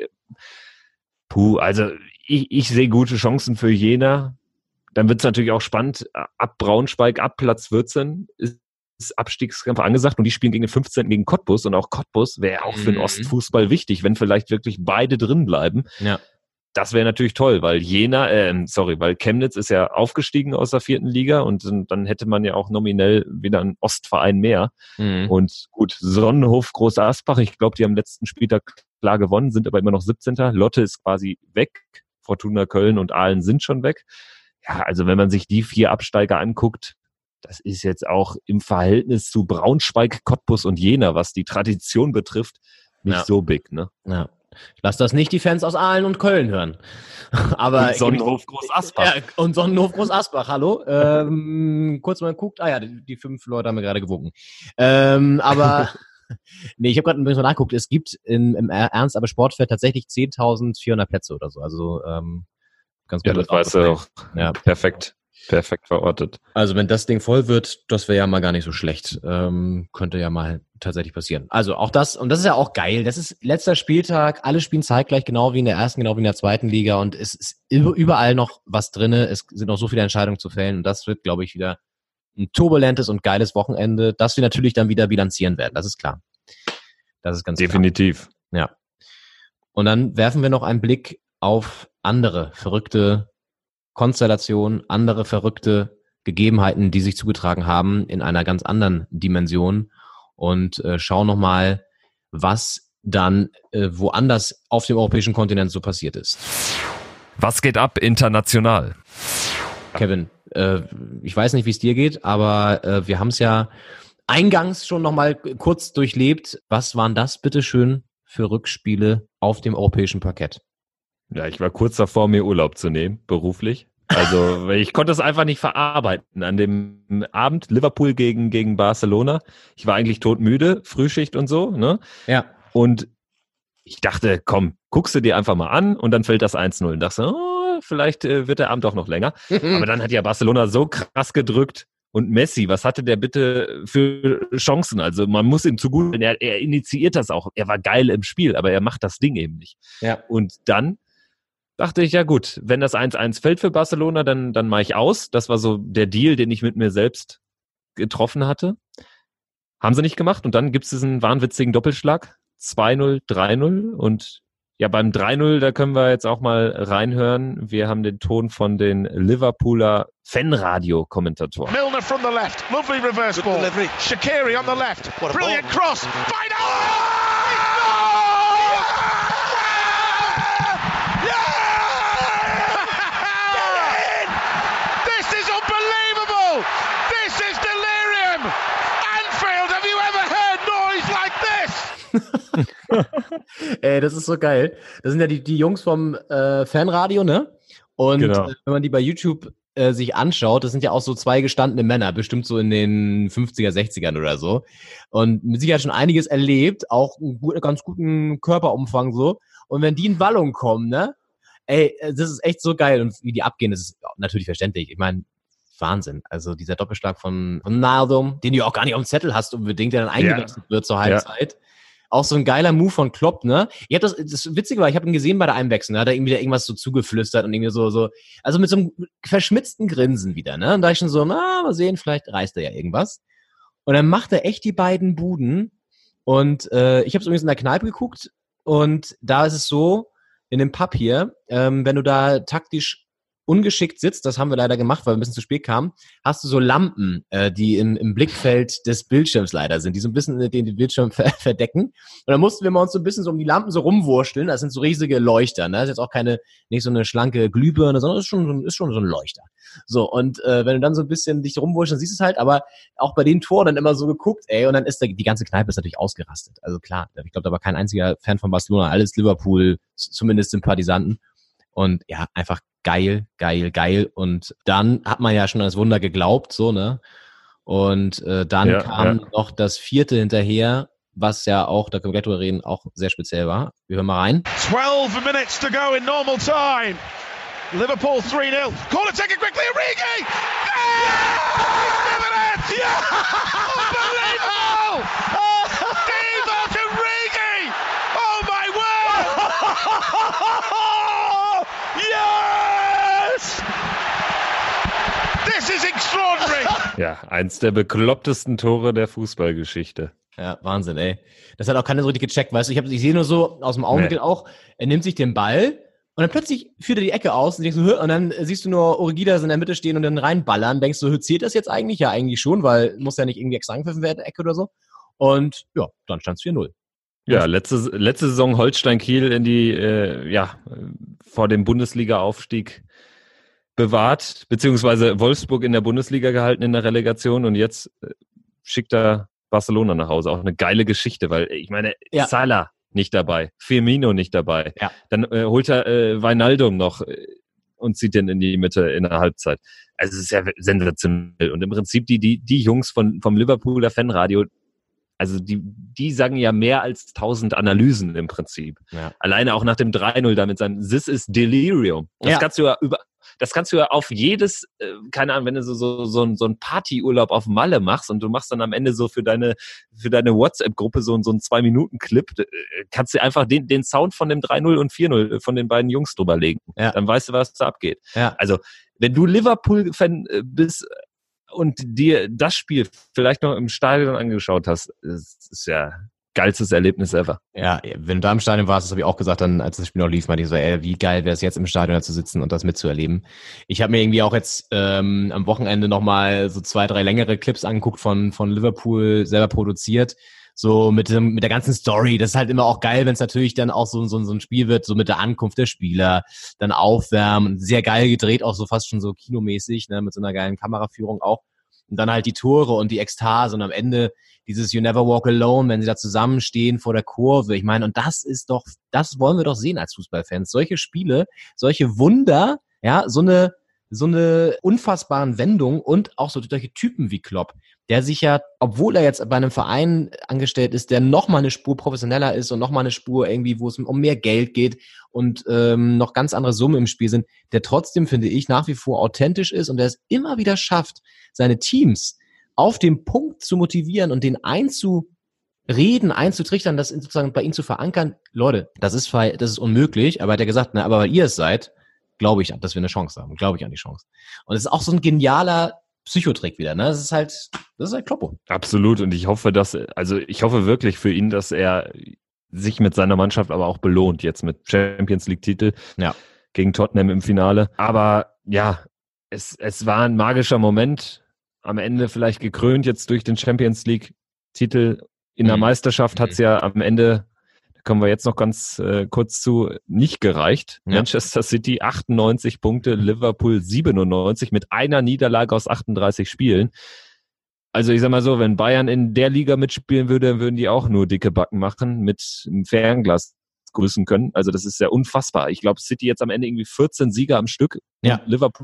Also ich sehe gute Chancen für Jena. Dann wird es natürlich auch spannend. Ab Braunschweig, ab Platz 14 ist Abstiegskampf angesagt und die spielen gegen den 15. gegen Cottbus und auch Cottbus wäre auch für den Ostfußball wichtig, wenn vielleicht wirklich beide drin bleiben. Ja. Das wäre natürlich toll, weil weil Chemnitz ist ja aufgestiegen aus der 4. Liga und dann hätte man ja auch nominell wieder einen Ostverein mehr. Mhm. Und gut, Sonnenhof, Groß Asbach, ich glaube, die haben letzten Spieltag klar gewonnen, sind aber immer noch 17. Lotte ist quasi weg, Fortuna Köln und Aalen sind schon weg. Ja, also wenn man sich die 4 Absteiger anguckt, das ist jetzt auch im Verhältnis zu Braunschweig, Cottbus und Jena, was die Tradition betrifft, nicht so big, ne? Ja. Lass das nicht die Fans aus Aalen und Köln hören. Aber und Sonnenhof Groß Asbach. Ja, und Sonnenhof Groß Asbach, hallo. Kurz mal geguckt, die 5 Leute haben mir gerade gewunken. Aber nee, ich habe gerade ein bisschen nachgeguckt. Es gibt im Ernst-Abel-Sportfeld tatsächlich 10.400 Plätze oder so. Also ganz gut. Ja, das weißt du auch. Ja. Perfekt verortet. Also wenn das Ding voll wird, das wäre ja mal gar nicht so schlecht. Könnte ja mal tatsächlich passieren. Also auch das, und das ist ja auch geil. Das ist letzter Spieltag, alle spielen zeitgleich, genau wie in der 1., genau wie in der 2. Liga und es ist überall noch was drinne. Es sind noch so viele Entscheidungen zu fällen und das wird, glaube ich, wieder ein turbulentes und geiles Wochenende, das wir natürlich dann wieder bilanzieren werden. Das ist klar. Das ist ganz definitiv klar. Ja. Und dann werfen wir noch einen Blick auf andere verrückte Konstellationen, andere verrückte Gegebenheiten, die sich zugetragen haben in einer ganz anderen Dimension und schauen nochmal, was dann woanders auf dem europäischen Kontinent so passiert ist. Was geht ab international? Kevin, ich weiß nicht, wie es dir geht, aber wir haben es ja eingangs schon nochmal kurz durchlebt. Was waren das bitteschön für Rückspiele auf dem europäischen Parkett? Ja, ich war kurz davor, mir Urlaub zu nehmen, beruflich. Also ich konnte es einfach nicht verarbeiten. An dem Abend Liverpool gegen Barcelona. Ich war eigentlich todmüde, Frühschicht und so, ne? Ja. Und ich dachte, komm, guckst du dir einfach mal an und dann fällt das 1-0. Und dachte, vielleicht wird der Abend auch noch länger. Aber dann hat ja Barcelona so krass gedrückt. Und Messi, was hatte der bitte für Chancen? Also man muss ihm zugute, er initiiert das auch. Er war geil im Spiel, aber er macht das Ding eben nicht. Ja. Und dann dachte ich, ja gut, wenn das 1-1 fällt für Barcelona, dann mache ich aus. Das war so der Deal, den ich mit mir selbst getroffen hatte. Haben sie nicht gemacht. Und dann gibt es diesen wahnwitzigen Doppelschlag. 2-0, 3-0. Und ja, beim 3-0, da können wir jetzt auch mal reinhören. Wir haben den Ton von den Liverpooler Fanradio-Kommentatoren. Milner from the left, lovely reverse ball. Shaqiri on the left, brilliant cross. This is unbelievable. This is delirium. Anfield, have you ever heard noise like this? Ey, das ist so geil. Das sind ja die Jungs vom Fanradio, ne? Und Genau. Wenn man die bei YouTube sich anschaut, das sind ja auch so zwei gestandene Männer, bestimmt so in den 50er, 60ern oder so. Und mit Sicherheit schon einiges erlebt, auch einen ganz guten Körperumfang so. Und wenn die in Wallung kommen, ne? Ey, das ist echt so geil. Und wie die abgehen, das ist natürlich verständlich. Ich meine, Wahnsinn. Also dieser Doppelschlag von Ronaldo, den du auch gar nicht auf dem Zettel hast unbedingt, der dann eingewechselt wird zur Halbzeit. Ja. Auch so ein geiler Move von Klopp, ne? Ich hab das Witzige war, ich habe ihn gesehen bei der Einwechslung, da hat er irgendwie irgendwas so zugeflüstert und irgendwie so, also mit so einem verschmitzten Grinsen wieder, ne? Und da ich schon so, mal sehen, vielleicht reißt er ja irgendwas. Und dann macht er echt die beiden Buden und ich habe es übrigens in der Kneipe geguckt und da ist es so, in dem Pub hier, wenn du da taktisch ungeschickt sitzt, das haben wir leider gemacht, weil wir ein bisschen zu spät kamen, hast du so Lampen, die im Blickfeld des Bildschirms leider sind, die so ein bisschen den Bildschirm verdecken. Und dann mussten wir mal uns so ein bisschen so um die Lampen so rumwursteln. Das sind so riesige Leuchter, ne? Das ist jetzt auch nicht so eine schlanke Glühbirne, sondern ist schon so ein Leuchter. So, und wenn du dann so ein bisschen dich rumwurschtelst, siehst du es halt, aber auch bei den Toren dann immer so geguckt, ey, und dann ist die ganze Kneipe ist natürlich ausgerastet. Also klar, ich glaube, da war kein einziger Fan von Barcelona, alles Liverpool, zumindest Sympathisanten. Und ja, einfach geil. Und dann hat man ja schon an das Wunder geglaubt, so, ne? Und dann kam noch das 4. hinterher, was ja auch, da können wir gleich drüber reden, auch sehr speziell war. Wir hören mal rein. 12 minutes to go in normal time. Liverpool 3-0. Corner taken quickly, Origi! Yeah! Unbelievable! Divock Origi! Oh my word! Yes! This is extraordinary! Ja, eins der beklopptesten Tore der Fußballgeschichte. Ja, Wahnsinn, ey. Das hat auch keiner so richtig gecheckt, weißt du? Ich sehe nur so aus dem Augenwinkel auch, er nimmt sich den Ball und dann plötzlich führt er die Ecke aus und denkst du, und dann siehst du nur Origi da in der Mitte stehen und dann reinballern. Denkst du, zählt das jetzt eigentlich? Ja, eigentlich schon, weil muss ja nicht irgendwie extra angepfiffen werden, Ecke oder so. Und ja, dann stand es 4-0. Ja, letzte Saison Holstein-Kiel in die, vor dem Bundesliga-Aufstieg bewahrt, beziehungsweise Wolfsburg in der Bundesliga gehalten in der Relegation und jetzt schickt er Barcelona nach Hause. Auch eine geile Geschichte, weil ich meine, Salah nicht dabei, Firmino nicht dabei. Ja. Dann holt er Wijnaldum noch und zieht den in die Mitte in der Halbzeit. Also es ist ja sensationell. Und im Prinzip die Jungs vom Liverpooler Fanradio, also die sagen ja mehr als 1000 Analysen im Prinzip. Ja. Alleine auch nach dem 3-0 da mit seinem This is Delirium. Das kannst du ja auf jedes, keine Ahnung, wenn du so ein Partyurlaub auf Malle machst und du machst dann am Ende so für deine WhatsApp-Gruppe so einen 2-Minuten-Clip, kannst du einfach den Sound von dem 3-0 und 4-0 von den beiden Jungs drüber legen. Ja. Dann weißt du, was da abgeht. Ja. Also, wenn du Liverpool-Fan bist und dir das Spiel vielleicht noch im Stadion angeschaut hast, ist ja geilstes Erlebnis ever. Ja, wenn du da im Stadion warst, das habe ich auch gesagt, dann als das Spiel noch lief, meinte ich so, wie geil wäre es jetzt im Stadion da zu sitzen und das mitzuerleben. Ich habe mir irgendwie auch jetzt am Wochenende nochmal so 2, 3 längere Clips angeguckt von Liverpool, selber produziert, so mit der ganzen Story. Das ist halt immer auch geil, wenn es natürlich dann auch so ein Spiel wird, so mit der Ankunft der Spieler, dann aufwärmen, sehr geil gedreht, auch so fast schon so kinomäßig, ne, mit so einer geilen Kameraführung auch. Und dann halt die Tore und die Ekstase und am Ende dieses You Never Walk Alone, wenn sie da zusammenstehen vor der Kurve. Ich meine, und das wollen wir doch sehen als Fußballfans. Solche Spiele, solche Wunder, ja, so eine unfassbaren Wendung und auch solche Typen wie Klopp, der sich ja, obwohl er jetzt bei einem Verein angestellt ist, der noch mal eine Spur professioneller ist und noch mal eine Spur irgendwie, wo es um mehr Geld geht und noch ganz andere Summen im Spiel sind, der trotzdem, finde ich, nach wie vor authentisch ist und der es immer wieder schafft, seine Teams auf den Punkt zu motivieren und den einzutrichtern, das sozusagen bei ihnen zu verankern. Leute, das ist unmöglich, aber hat er gesagt, aber weil ihr es seid, glaube ich, dass wir eine Chance haben. Glaube ich an die Chance. Und es ist auch so ein genialer Psychotrick wieder, ne? Das ist halt Kloppo. Absolut. Und ich hoffe wirklich für ihn, dass er sich mit seiner Mannschaft aber auch belohnt, jetzt mit Champions League-Titel gegen Tottenham im Finale. Aber ja, es war ein magischer Moment. Am Ende vielleicht gekrönt jetzt durch den Champions League-Titel. In der Meisterschaft hat es ja am Ende, da kommen wir jetzt noch ganz kurz zu, nicht gereicht. Ja. Manchester City 98 Punkte, Liverpool 97 mit einer Niederlage aus 38 Spielen. Also ich sag mal so, wenn Bayern in der Liga mitspielen würde, würden die auch nur dicke Backen machen, mit einem Fernglas grüßen können. Also das ist ja unfassbar. Ich glaube, City jetzt am Ende irgendwie 14 Sieger am Stück. Ja. Liverpool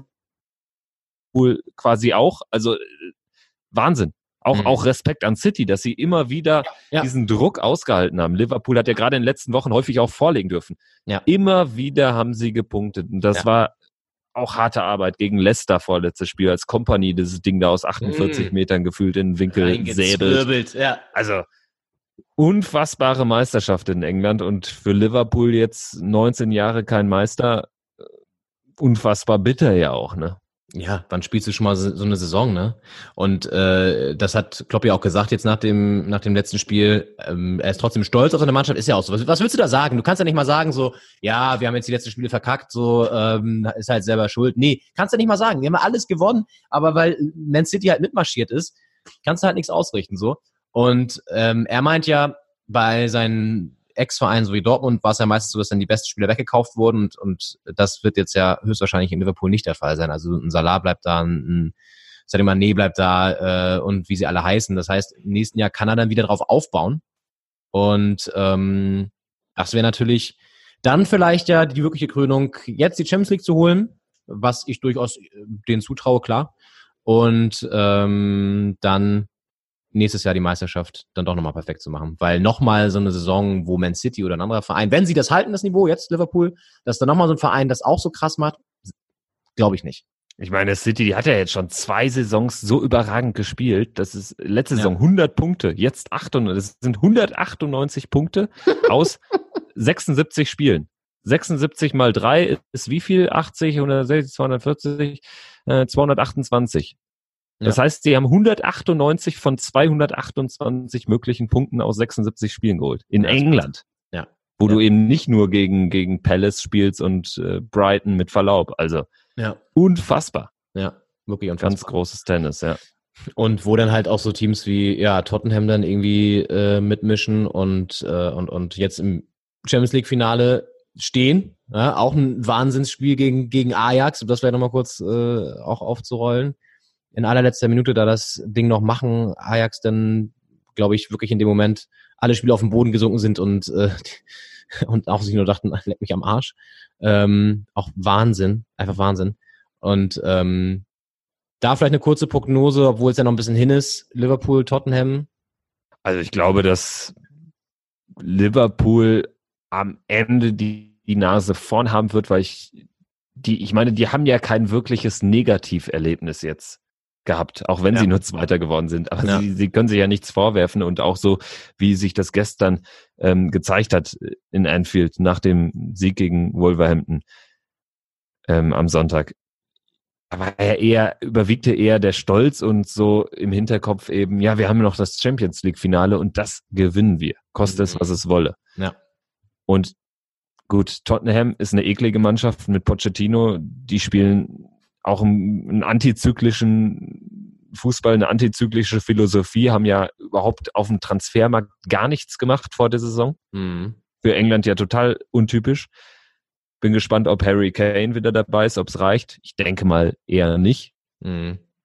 quasi auch. Also Wahnsinn. Auch Respekt an City, dass sie immer wieder diesen Druck ausgehalten haben. Liverpool hat ja gerade in den letzten Wochen häufig auch vorlegen dürfen. Ja. Immer wieder haben sie gepunktet. Und das war auch harte Arbeit gegen Leicester vorletztes Spiel, als Kompanie dieses Ding da aus 48 Metern gefühlt in den Winkel säbelt. Ja. Also unfassbare Meisterschaft in England und für Liverpool jetzt 19 Jahre kein Meister. Unfassbar bitter ja auch, ne? Ja, wann spielst du schon mal so eine Saison, ne? Und das hat Klopp ja auch gesagt jetzt nach dem letzten Spiel. Er ist trotzdem stolz auf seine Mannschaft, ist ja auch so. Was willst du da sagen? Du kannst ja nicht mal sagen so, ja, wir haben jetzt die letzten Spiele verkackt, so ist halt selber schuld. Nee, kannst du nicht mal sagen. Wir haben alles gewonnen, aber weil Man City halt mitmarschiert ist, kannst du halt nichts ausrichten so. Und er meint ja, bei seinen Ex-Vereinen so wie Dortmund war es ja meistens so, dass dann die besten Spieler weggekauft wurden und das wird jetzt ja höchstwahrscheinlich in Liverpool nicht der Fall sein. Also ein Salah bleibt da, ein Sadio Mané bleibt da und wie sie alle heißen. Das heißt, im nächsten Jahr kann er dann wieder drauf aufbauen und das wäre natürlich dann vielleicht ja die wirkliche Krönung, jetzt die Champions League zu holen, was ich durchaus denen zutraue, klar. Und dann nächstes Jahr die Meisterschaft dann doch nochmal perfekt zu machen. Weil nochmal so eine Saison, wo Man City oder ein anderer Verein, wenn sie das halten, das Niveau, jetzt Liverpool, dass dann nochmal so ein Verein das auch so krass macht, glaube ich nicht. Ich meine, City, die hat ja jetzt schon 2 Saisons so überragend gespielt. Das ist letzte Saison 100 Punkte, jetzt 98. Das sind 198 Punkte aus 76 Spielen. 76 mal 3 ist wie viel? 80, 160, 240, 228. Das heißt, sie haben 198 von 228 möglichen Punkten aus 76 Spielen geholt. In England. Ja. Wo du eben nicht nur gegen Palace spielst und Brighton mit Verlaub. Also unfassbar. Ja, wirklich unfassbar. Ganz großes Tennis, ja. Und wo dann halt auch so Teams wie Tottenham dann irgendwie mitmischen und jetzt im Champions League Finale stehen. Ja, auch ein Wahnsinnsspiel gegen Ajax, um das vielleicht nochmal kurz auch aufzurollen. In allerletzter Minute da das Ding noch machen, Ajax dann, glaube ich, wirklich in dem Moment alle Spieler auf den Boden gesunken sind und auch sich nur dachten, leck mich am Arsch. Auch Wahnsinn, einfach Wahnsinn. Und da vielleicht eine kurze Prognose, obwohl es ja noch ein bisschen hin ist, Liverpool, Tottenham. Also ich glaube, dass Liverpool am Ende die Nase vorn haben wird, weil ich meine, die haben ja kein wirkliches Negativerlebnis jetzt gehabt, auch wenn sie nur Zweiter geworden sind. Aber sie können sich ja nichts vorwerfen und auch so, wie sich das gestern gezeigt hat in Anfield nach dem Sieg gegen Wolverhampton am Sonntag. Aber überwiegte eher der Stolz und so im Hinterkopf eben, wir haben noch das Champions League Finale und das gewinnen wir. Koste es, was es wolle. Ja. Und gut, Tottenham ist eine eklige Mannschaft mit Pochettino, die spielen auch einen antizyklischen Fußball, eine antizyklische Philosophie, haben ja überhaupt auf dem Transfermarkt gar nichts gemacht vor der Saison. Mhm. Für England ja total untypisch. Bin gespannt, ob Harry Kane wieder dabei ist, ob es reicht. Ich denke mal eher nicht. Mhm.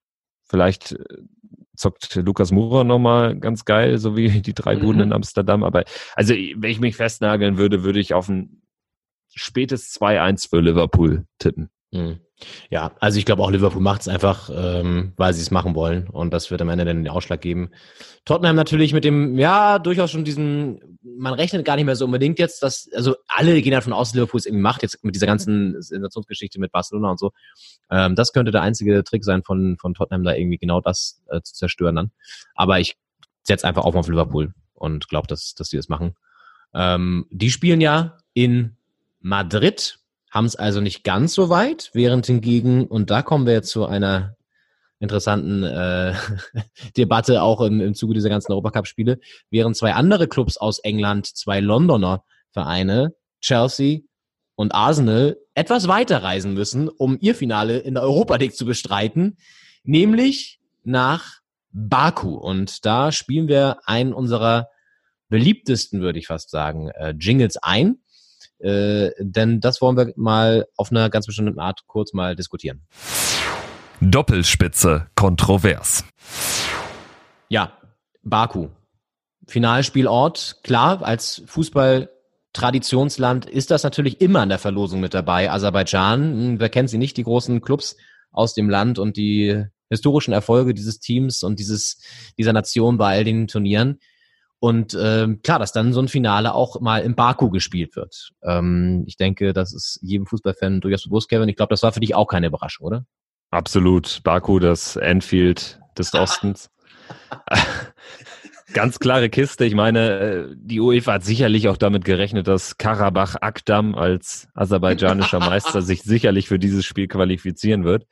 Vielleicht zockt Lukas Moura nochmal ganz geil, so wie die 3 Buden in Amsterdam. Aber also, wenn ich mich festnageln würde, würde ich auf ein spätes 2-1 für Liverpool tippen. Ja, also ich glaube auch Liverpool macht es einfach, weil sie es machen wollen, und das wird am Ende dann den Ausschlag geben. Tottenham natürlich mit dem, ja, durchaus schon diesen, man rechnet gar nicht mehr so unbedingt jetzt, dass, also alle gehen davon aus, dass Liverpool es irgendwie macht, jetzt mit dieser ganzen Sensationsgeschichte mit Barcelona und so. Das könnte der einzige Trick sein von Tottenham, da irgendwie genau das zu zerstören dann. Aber ich setze einfach auf Liverpool und glaube, dass die das machen. Die spielen ja in Madrid, haben es also nicht ganz so weit, während hingegen, und da kommen wir jetzt zu einer interessanten Debatte auch im Zuge dieser ganzen Europacup-Spiele, während 2 andere Clubs aus England, 2 Londoner Vereine, Chelsea und Arsenal, etwas weiter reisen müssen, um ihr Finale in der Europa League zu bestreiten, nämlich nach Baku. Und da spielen wir einen unserer beliebtesten, würde ich fast sagen, Jingles ein. Denn das wollen wir mal auf einer ganz bestimmten Art kurz mal diskutieren. Doppelspitze kontrovers. Ja, Baku. Finalspielort, klar, als Fußball-Traditionsland ist das natürlich immer in der Verlosung mit dabei. Aserbaidschan, wer kennt sie nicht, die großen Clubs aus dem Land und die historischen Erfolge dieses Teams und dieser Nation bei all den Turnieren. Und klar, dass dann so ein Finale auch mal in Baku gespielt wird. Ich denke, das ist jedem Fußballfan durchaus bewusst, Kevin. Ich glaube, das war für dich auch keine Überraschung, oder? Absolut. Baku, das Anfield des Ostens. Ganz klare Kiste. Ich meine, die UEFA hat sicherlich auch damit gerechnet, dass Karabach Akdam als aserbaidschanischer Meister sich sicherlich für dieses Spiel qualifizieren wird.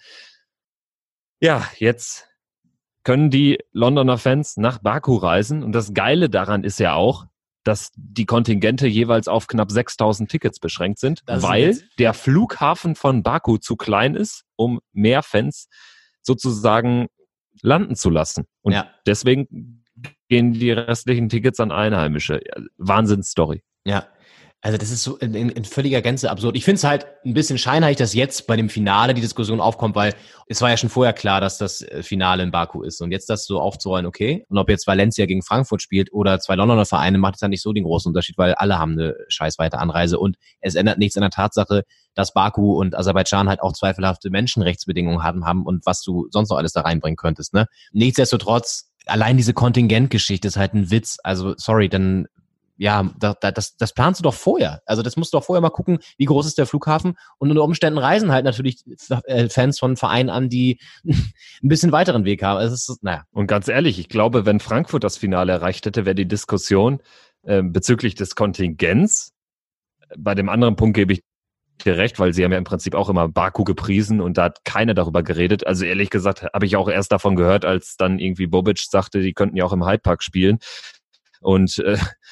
Ja, jetzt können die Londoner Fans nach Baku reisen. Und das Geile daran ist ja auch, dass die Kontingente jeweils auf knapp 6.000 Tickets beschränkt sind, weil der Flughafen von Baku zu klein ist, um mehr Fans sozusagen landen zu lassen. Und deswegen gehen die restlichen Tickets an Einheimische. Wahnsinnsstory. Ja. Also das ist so in völliger Gänze absurd. Ich finde es halt ein bisschen scheinheilig, dass jetzt bei dem Finale die Diskussion aufkommt, weil es war ja schon vorher klar, dass das Finale in Baku ist. Und jetzt das so aufzurollen, okay. Und ob jetzt Valencia gegen Frankfurt spielt oder 2 Londoner Vereine, macht es ja nicht so den großen Unterschied, weil alle haben eine scheißweite Anreise. Und es ändert nichts an der Tatsache, dass Baku und Aserbaidschan halt auch zweifelhafte Menschenrechtsbedingungen haben und was du sonst noch alles da reinbringen könntest, ne? Nichtsdestotrotz, allein diese Kontingentgeschichte ist halt ein Witz. Also, sorry, dann ja, das planst du doch vorher. Also das musst du doch vorher mal gucken, wie groß ist der Flughafen, und unter Umständen reisen halt natürlich Fans von Vereinen an, die ein bisschen weiteren Weg haben. Also es ist, naja. Und ganz ehrlich, ich glaube, wenn Frankfurt das Finale erreicht hätte, wäre die Diskussion bezüglich des Kontingents, bei dem anderen Punkt gebe ich dir recht, weil sie haben ja im Prinzip auch immer Baku gepriesen und da hat keiner darüber geredet. Also ehrlich gesagt habe ich auch erst davon gehört, als dann irgendwie Bobic sagte, die könnten ja auch im Hyde Park spielen. Und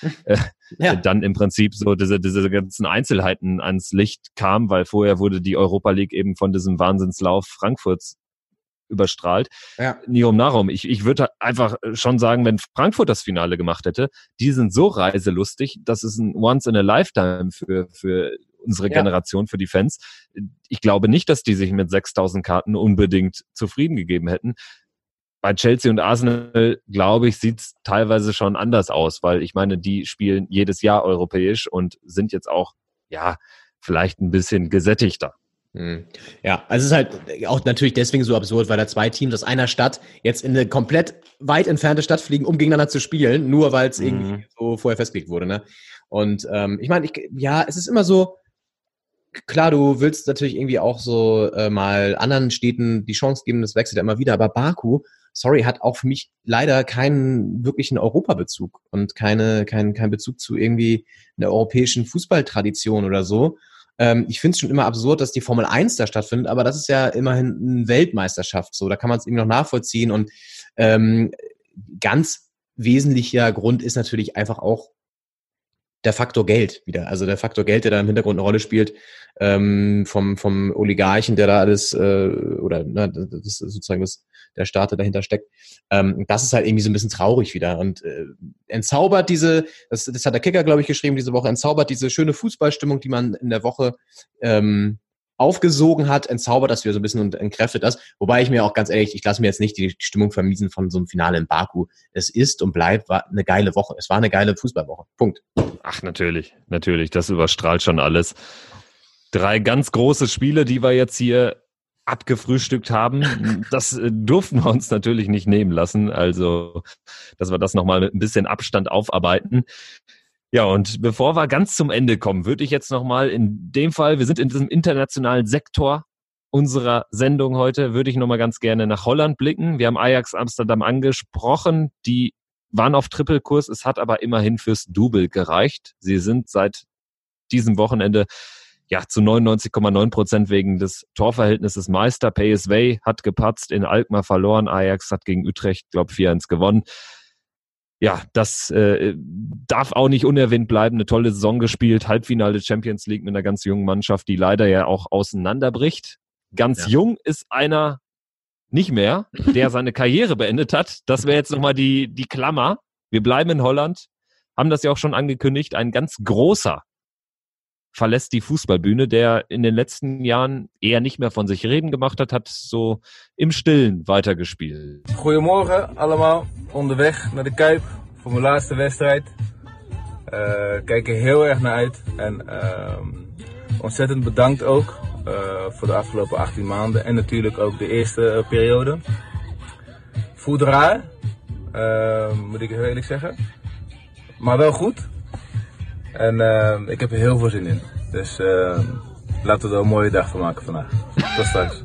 dann im Prinzip so diese ganzen Einzelheiten ans Licht kam, weil vorher wurde die Europa League eben von diesem Wahnsinnslauf Frankfurts überstrahlt. Ja. Nirum Narum. Ich würde einfach schon sagen, wenn Frankfurt das Finale gemacht hätte, die sind so reiselustig, das ist ein Once in a Lifetime für unsere Generation, für die Fans. Ich glaube nicht, dass die sich mit 6.000 Karten unbedingt zufrieden gegeben hätten. Bei Chelsea und Arsenal, glaube ich, sieht es teilweise schon anders aus, weil ich meine, die spielen jedes Jahr europäisch und sind jetzt auch, ja, vielleicht ein bisschen gesättigter. Ja, also es ist halt auch natürlich deswegen so absurd, weil da 2 Teams aus einer Stadt jetzt in eine komplett weit entfernte Stadt fliegen, um gegeneinander zu spielen, nur weil es irgendwie so vorher festgelegt wurde, ne? Und ich meine, es ist immer so, klar, du willst natürlich irgendwie auch so mal anderen Städten die Chance geben, das wechselt ja immer wieder, aber Baku, sorry, hat auch für mich leider keinen wirklichen Europabezug und keinen Bezug zu irgendwie einer europäischen Fußballtradition oder so. Ich finde es schon immer absurd, dass die Formel 1 da stattfindet, aber das ist ja immerhin eine Weltmeisterschaft, so, da kann man es irgendwie noch nachvollziehen, und ganz wesentlicher Grund ist natürlich einfach auch der Faktor Geld wieder. Also der Faktor Geld, der da im Hintergrund eine Rolle spielt, vom Oligarchen, der da alles, das ist sozusagen der Staat, der dahinter steckt. Das ist halt irgendwie so ein bisschen traurig wieder und entzaubert das hat der Kicker, glaube ich, geschrieben diese Woche, entzaubert diese schöne Fußballstimmung, die man in der Woche aufgesogen hat, entzaubert das wieder so ein bisschen und entkräftet das. Wobei ich mir auch ganz ehrlich, ich lasse mir jetzt nicht die Stimmung vermiesen von so einem Finale in Baku. Es ist und bleibt war eine geile Woche. Es war eine geile Fußballwoche. Punkt. Ach, natürlich. Das überstrahlt schon alles. 3 ganz große Spiele, die wir jetzt hier abgefrühstückt haben. Das durften wir uns natürlich nicht nehmen lassen. Also, dass wir das nochmal mit ein bisschen Abstand aufarbeiten. Ja, und bevor wir ganz zum Ende kommen, würde ich jetzt nochmal in dem Fall, wir sind in diesem internationalen Sektor unserer Sendung heute, würde ich nochmal ganz gerne nach Holland blicken. Wir haben Ajax Amsterdam angesprochen, die waren auf Trippelkurs, es hat aber immerhin fürs Double gereicht. Sie sind seit diesem Wochenende zu 99,9% wegen des Torverhältnisses Meister. PSV hat gepatzt, in Alkmaar verloren, Ajax hat gegen Utrecht, 4-1 gewonnen. Ja, das darf auch nicht unerwähnt bleiben. Eine tolle Saison gespielt, Halbfinale Champions League mit einer ganz jungen Mannschaft, die leider ja auch auseinanderbricht. Ganz jung ist einer nicht mehr, der seine Karriere beendet hat. Das wäre jetzt nochmal die Klammer. Wir bleiben in Holland, haben das ja auch schon angekündigt. Ein ganz großer verlässt die Fußballbühne, der in den letzten Jahren eher nicht mehr von sich reden gemacht hat so im Stillen weitergespielt. Goedemorgen allemaal, onderweg naar de Kuip voor mijn laatste wedstrijd. Kijk er heel erg naar uit en ontzettend bedankt ook voor de afgelopen 18 maanden en natuurlijk ook de eerste periode. Voelt raar, moet ik heel eerlijk zeggen, maar wel goed. En ik heb er heel veel zin in. Dus laten we er een mooie dag van maken vandaag. Tot straks.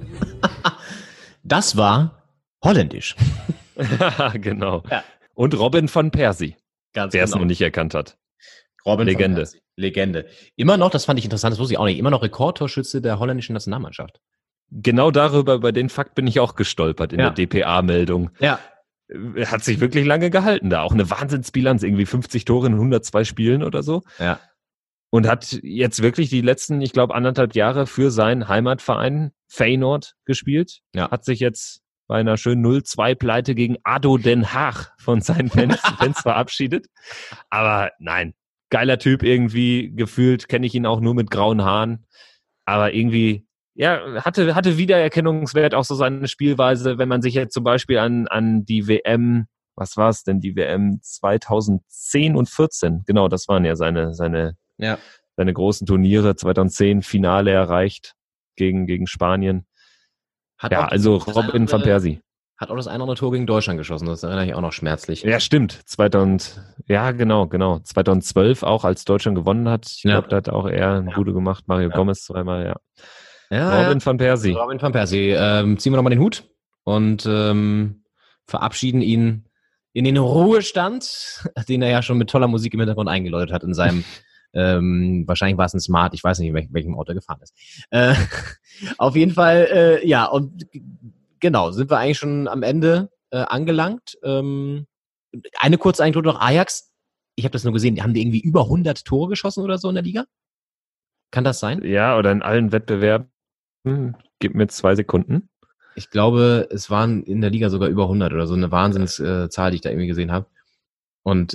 Das war holländisch. Genau. Ja. Und Robin van Persie, der es noch nicht erkannt hat. Robin Legende. van Persie. Legende. Immer noch, das fand ich interessant, das wusste ich auch nicht, immer noch Rekordtorschütze der holländischen Nationalmannschaft. Genau über den Fakt bin ich auch gestolpert in der DPA-Meldung. Ja. Hat sich wirklich lange gehalten da. Auch eine Wahnsinnsbilanz, irgendwie 50 Tore in 102 Spielen oder so. Ja. Und hat jetzt wirklich die letzten, 1,5 Jahre für seinen Heimatverein Feyenoord gespielt. Ja. Hat sich jetzt bei einer schönen 0-2-Pleite gegen ADO Den Haag von seinen Fans verabschiedet. Aber nein, geiler Typ irgendwie, gefühlt kenne ich ihn auch nur mit grauen Haaren. Aber irgendwie... Ja, hatte Wiedererkennungswert auch so seine Spielweise, wenn man sich jetzt zum Beispiel an die WM, was war es denn, die WM 2010 und 14, genau, das waren ja seine großen Turniere, 2010 Finale erreicht gegen Spanien. Also Robin van Persie. Hat auch das eine oder andere Tor gegen Deutschland geschossen, das erinnere ich auch noch schmerzlich. Ja, stimmt. 2012 auch, als Deutschland gewonnen hat. Ich glaube, da hat auch er eine gute gemacht, Mario Gomez zweimal, Robin van Persie. Robin van Persie. Ziehen wir nochmal den Hut und verabschieden ihn in den Ruhestand, den er ja schon mit toller Musik im Hintergrund eingeläutet hat in seinem, wahrscheinlich war es ein Smart, ich weiß nicht, in welchem Auto er gefahren ist. Auf jeden Fall, und genau, sind wir eigentlich schon am Ende angelangt. Eine kurze Anekdote noch, Ajax, ich habe das nur gesehen, haben die irgendwie über 100 Tore geschossen oder so in der Liga? Kann das sein? Ja, oder in allen Wettbewerben. Gib mir 2 Sekunden. Ich glaube, es waren in der Liga sogar über 100 oder so, eine Wahnsinnszahl, die ich da irgendwie gesehen habe. Und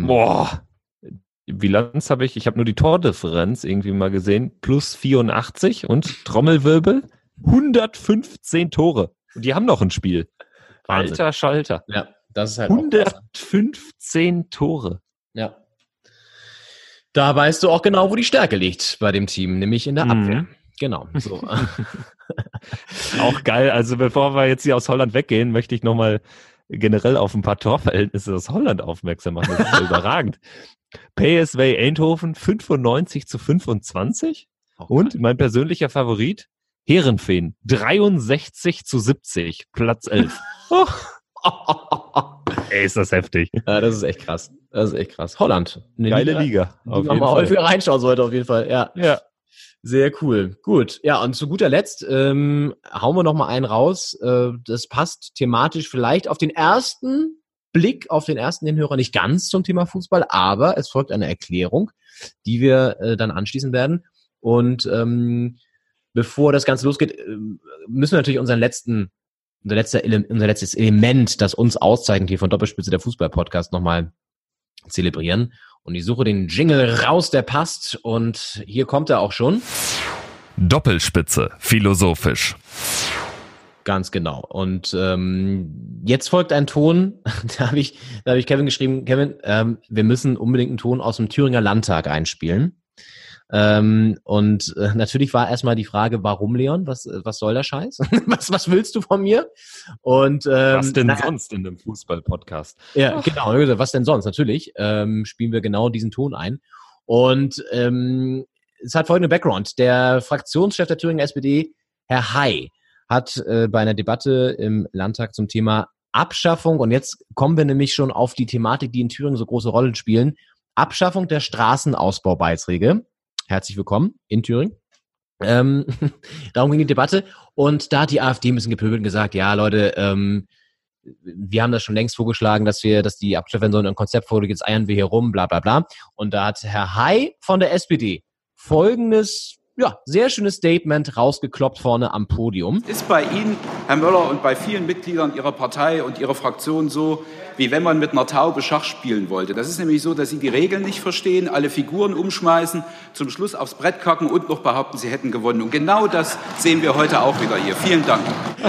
Bilanz habe ich habe nur die Tordifferenz irgendwie mal gesehen, plus 84 und Trommelwirbel, 115 Tore. Und die haben noch ein Spiel. Wahnsinn. Alter Schalter. Ja, das ist halt 115 Tore. Ja. Da weißt du auch genau, wo die Stärke liegt bei dem Team, nämlich in der Abwehr. Genau. So. Auch geil. Also bevor wir jetzt hier aus Holland weggehen, möchte ich nochmal generell auf ein paar Torverhältnisse aus Holland aufmerksam machen. Das ist ja überragend. PSV Eindhoven 95-25 und mein persönlicher Favorit Heerenveen 63-70, Platz 11. Ey, ist das heftig. Ja, das ist echt krass. Holland. Geile Liga. Auf jeden Fall. Häufiger reinschauen sollte auf jeden Fall. Ja. Sehr cool. Gut. Ja, und zu guter Letzt hauen wir noch mal einen raus. Das passt thematisch vielleicht auf den ersten Blick, auf den ersten Hinhörer nicht ganz zum Thema Fußball, aber es folgt eine Erklärung, die wir dann anschließen werden. Und bevor das Ganze losgeht, müssen wir natürlich unser letztes Element, das uns auszeichnet hier von Doppelspitze der Fußball-Podcast nochmal zelebrieren. Und ich suche den Jingle raus, der passt. Und hier kommt er auch schon. Doppelspitze, philosophisch. Ganz genau. Und jetzt folgt ein Ton, da habe ich Kevin geschrieben, Kevin, wir müssen unbedingt einen Ton aus dem Thüringer Landtag einspielen. Natürlich war erstmal die Frage, warum, Leon? Was soll der Scheiß? Was willst du von mir? Und was denn sonst in einem Fußball-Podcast? Ja, genau. Was denn sonst? Natürlich spielen wir genau diesen Ton ein. Und es hat folgende Background. Der Fraktionschef der Thüringer SPD, Herr Hay, hat bei einer Debatte im Landtag zum Thema Abschaffung, und jetzt kommen wir nämlich schon auf die Thematik, die in Thüringen so große Rollen spielen, Abschaffung der Straßenausbaubeiträge. Herzlich willkommen in Thüringen. Darum ging die Debatte, und da hat die AfD ein bisschen gepöbelt und gesagt, ja Leute, wir haben das schon längst vorgeschlagen, dass die abgeschafft werden sollen, ein Konzept vorliegt, jetzt eiern wir hier rum, bla bla bla. Und da hat Herr Hay von der SPD folgendes, sehr schönes Statement rausgekloppt vorne am Podium. Ist bei Ihnen, Herr Möller, und bei vielen Mitgliedern Ihrer Partei und Ihrer Fraktion so, wie wenn man mit einer Taube Schach spielen wollte? Das ist nämlich so, dass Sie die Regeln nicht verstehen, alle Figuren umschmeißen, zum Schluss aufs Brett kacken und noch behaupten, Sie hätten gewonnen. Und genau das sehen wir heute auch wieder hier. Vielen Dank.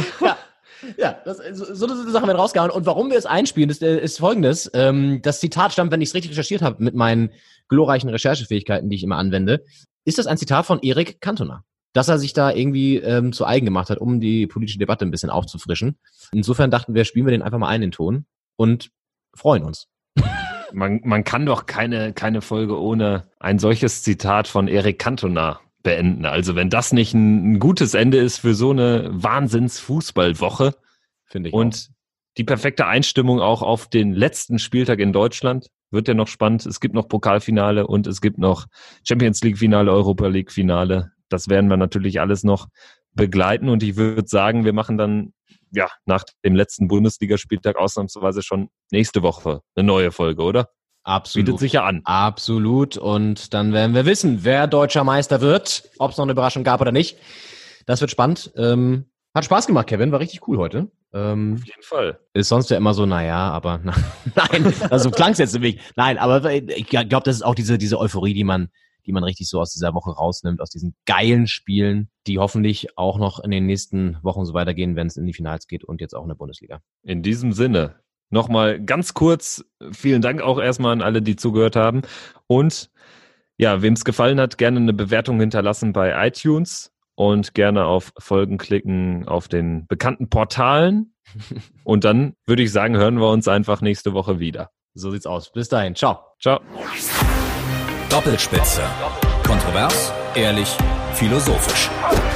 Ja, so Sachen werden rausgehauen. Und warum wir es einspielen, ist folgendes. Das Zitat stammt, wenn ich es richtig recherchiert habe, mit meinen glorreichen Recherchefähigkeiten, die ich immer anwende, ist das ein Zitat von Erik Cantona, dass er sich da irgendwie zu eigen gemacht hat, um die politische Debatte ein bisschen aufzufrischen. Insofern dachten wir, spielen wir den einfach mal ein, den Ton, und freuen uns. Man kann doch keine Folge ohne ein solches Zitat von Erik Cantona beenden. Also wenn das nicht ein gutes Ende ist für so eine Wahnsinns-Fußballwoche, finde ich. Und die perfekte Einstimmung auch auf den letzten Spieltag in Deutschland. Wird ja noch spannend. Es gibt noch Pokalfinale und es gibt noch Champions-League-Finale, Europa-League-Finale. Das werden wir natürlich alles noch begleiten. Und ich würde sagen, wir machen dann nach dem letzten Bundesligaspieltag ausnahmsweise schon nächste Woche eine neue Folge, oder? Absolut. Bietet sich ja an. Absolut. Und dann werden wir wissen, wer deutscher Meister wird, ob es noch eine Überraschung gab oder nicht. Das wird spannend. Hat Spaß gemacht, Kevin. War richtig cool heute. Auf jeden Fall. Ist sonst ja immer so, aber nein, also klang es jetzt nämlich. Nein, aber ich glaube, das ist auch diese Euphorie, die man richtig so aus dieser Woche rausnimmt, aus diesen geilen Spielen, die hoffentlich auch noch in den nächsten Wochen so weitergehen, wenn es in die Finals geht und jetzt auch in der Bundesliga. In diesem Sinne, nochmal ganz kurz, vielen Dank auch erstmal an alle, die zugehört haben. Und wem es gefallen hat, gerne eine Bewertung hinterlassen bei iTunes. Und gerne auf Folgen klicken auf den bekannten Portalen. Und dann würde ich sagen, hören wir uns einfach nächste Woche wieder. So sieht's aus. Bis dahin. Ciao. Ciao. Doppelspitze. Kontrovers, ehrlich, philosophisch.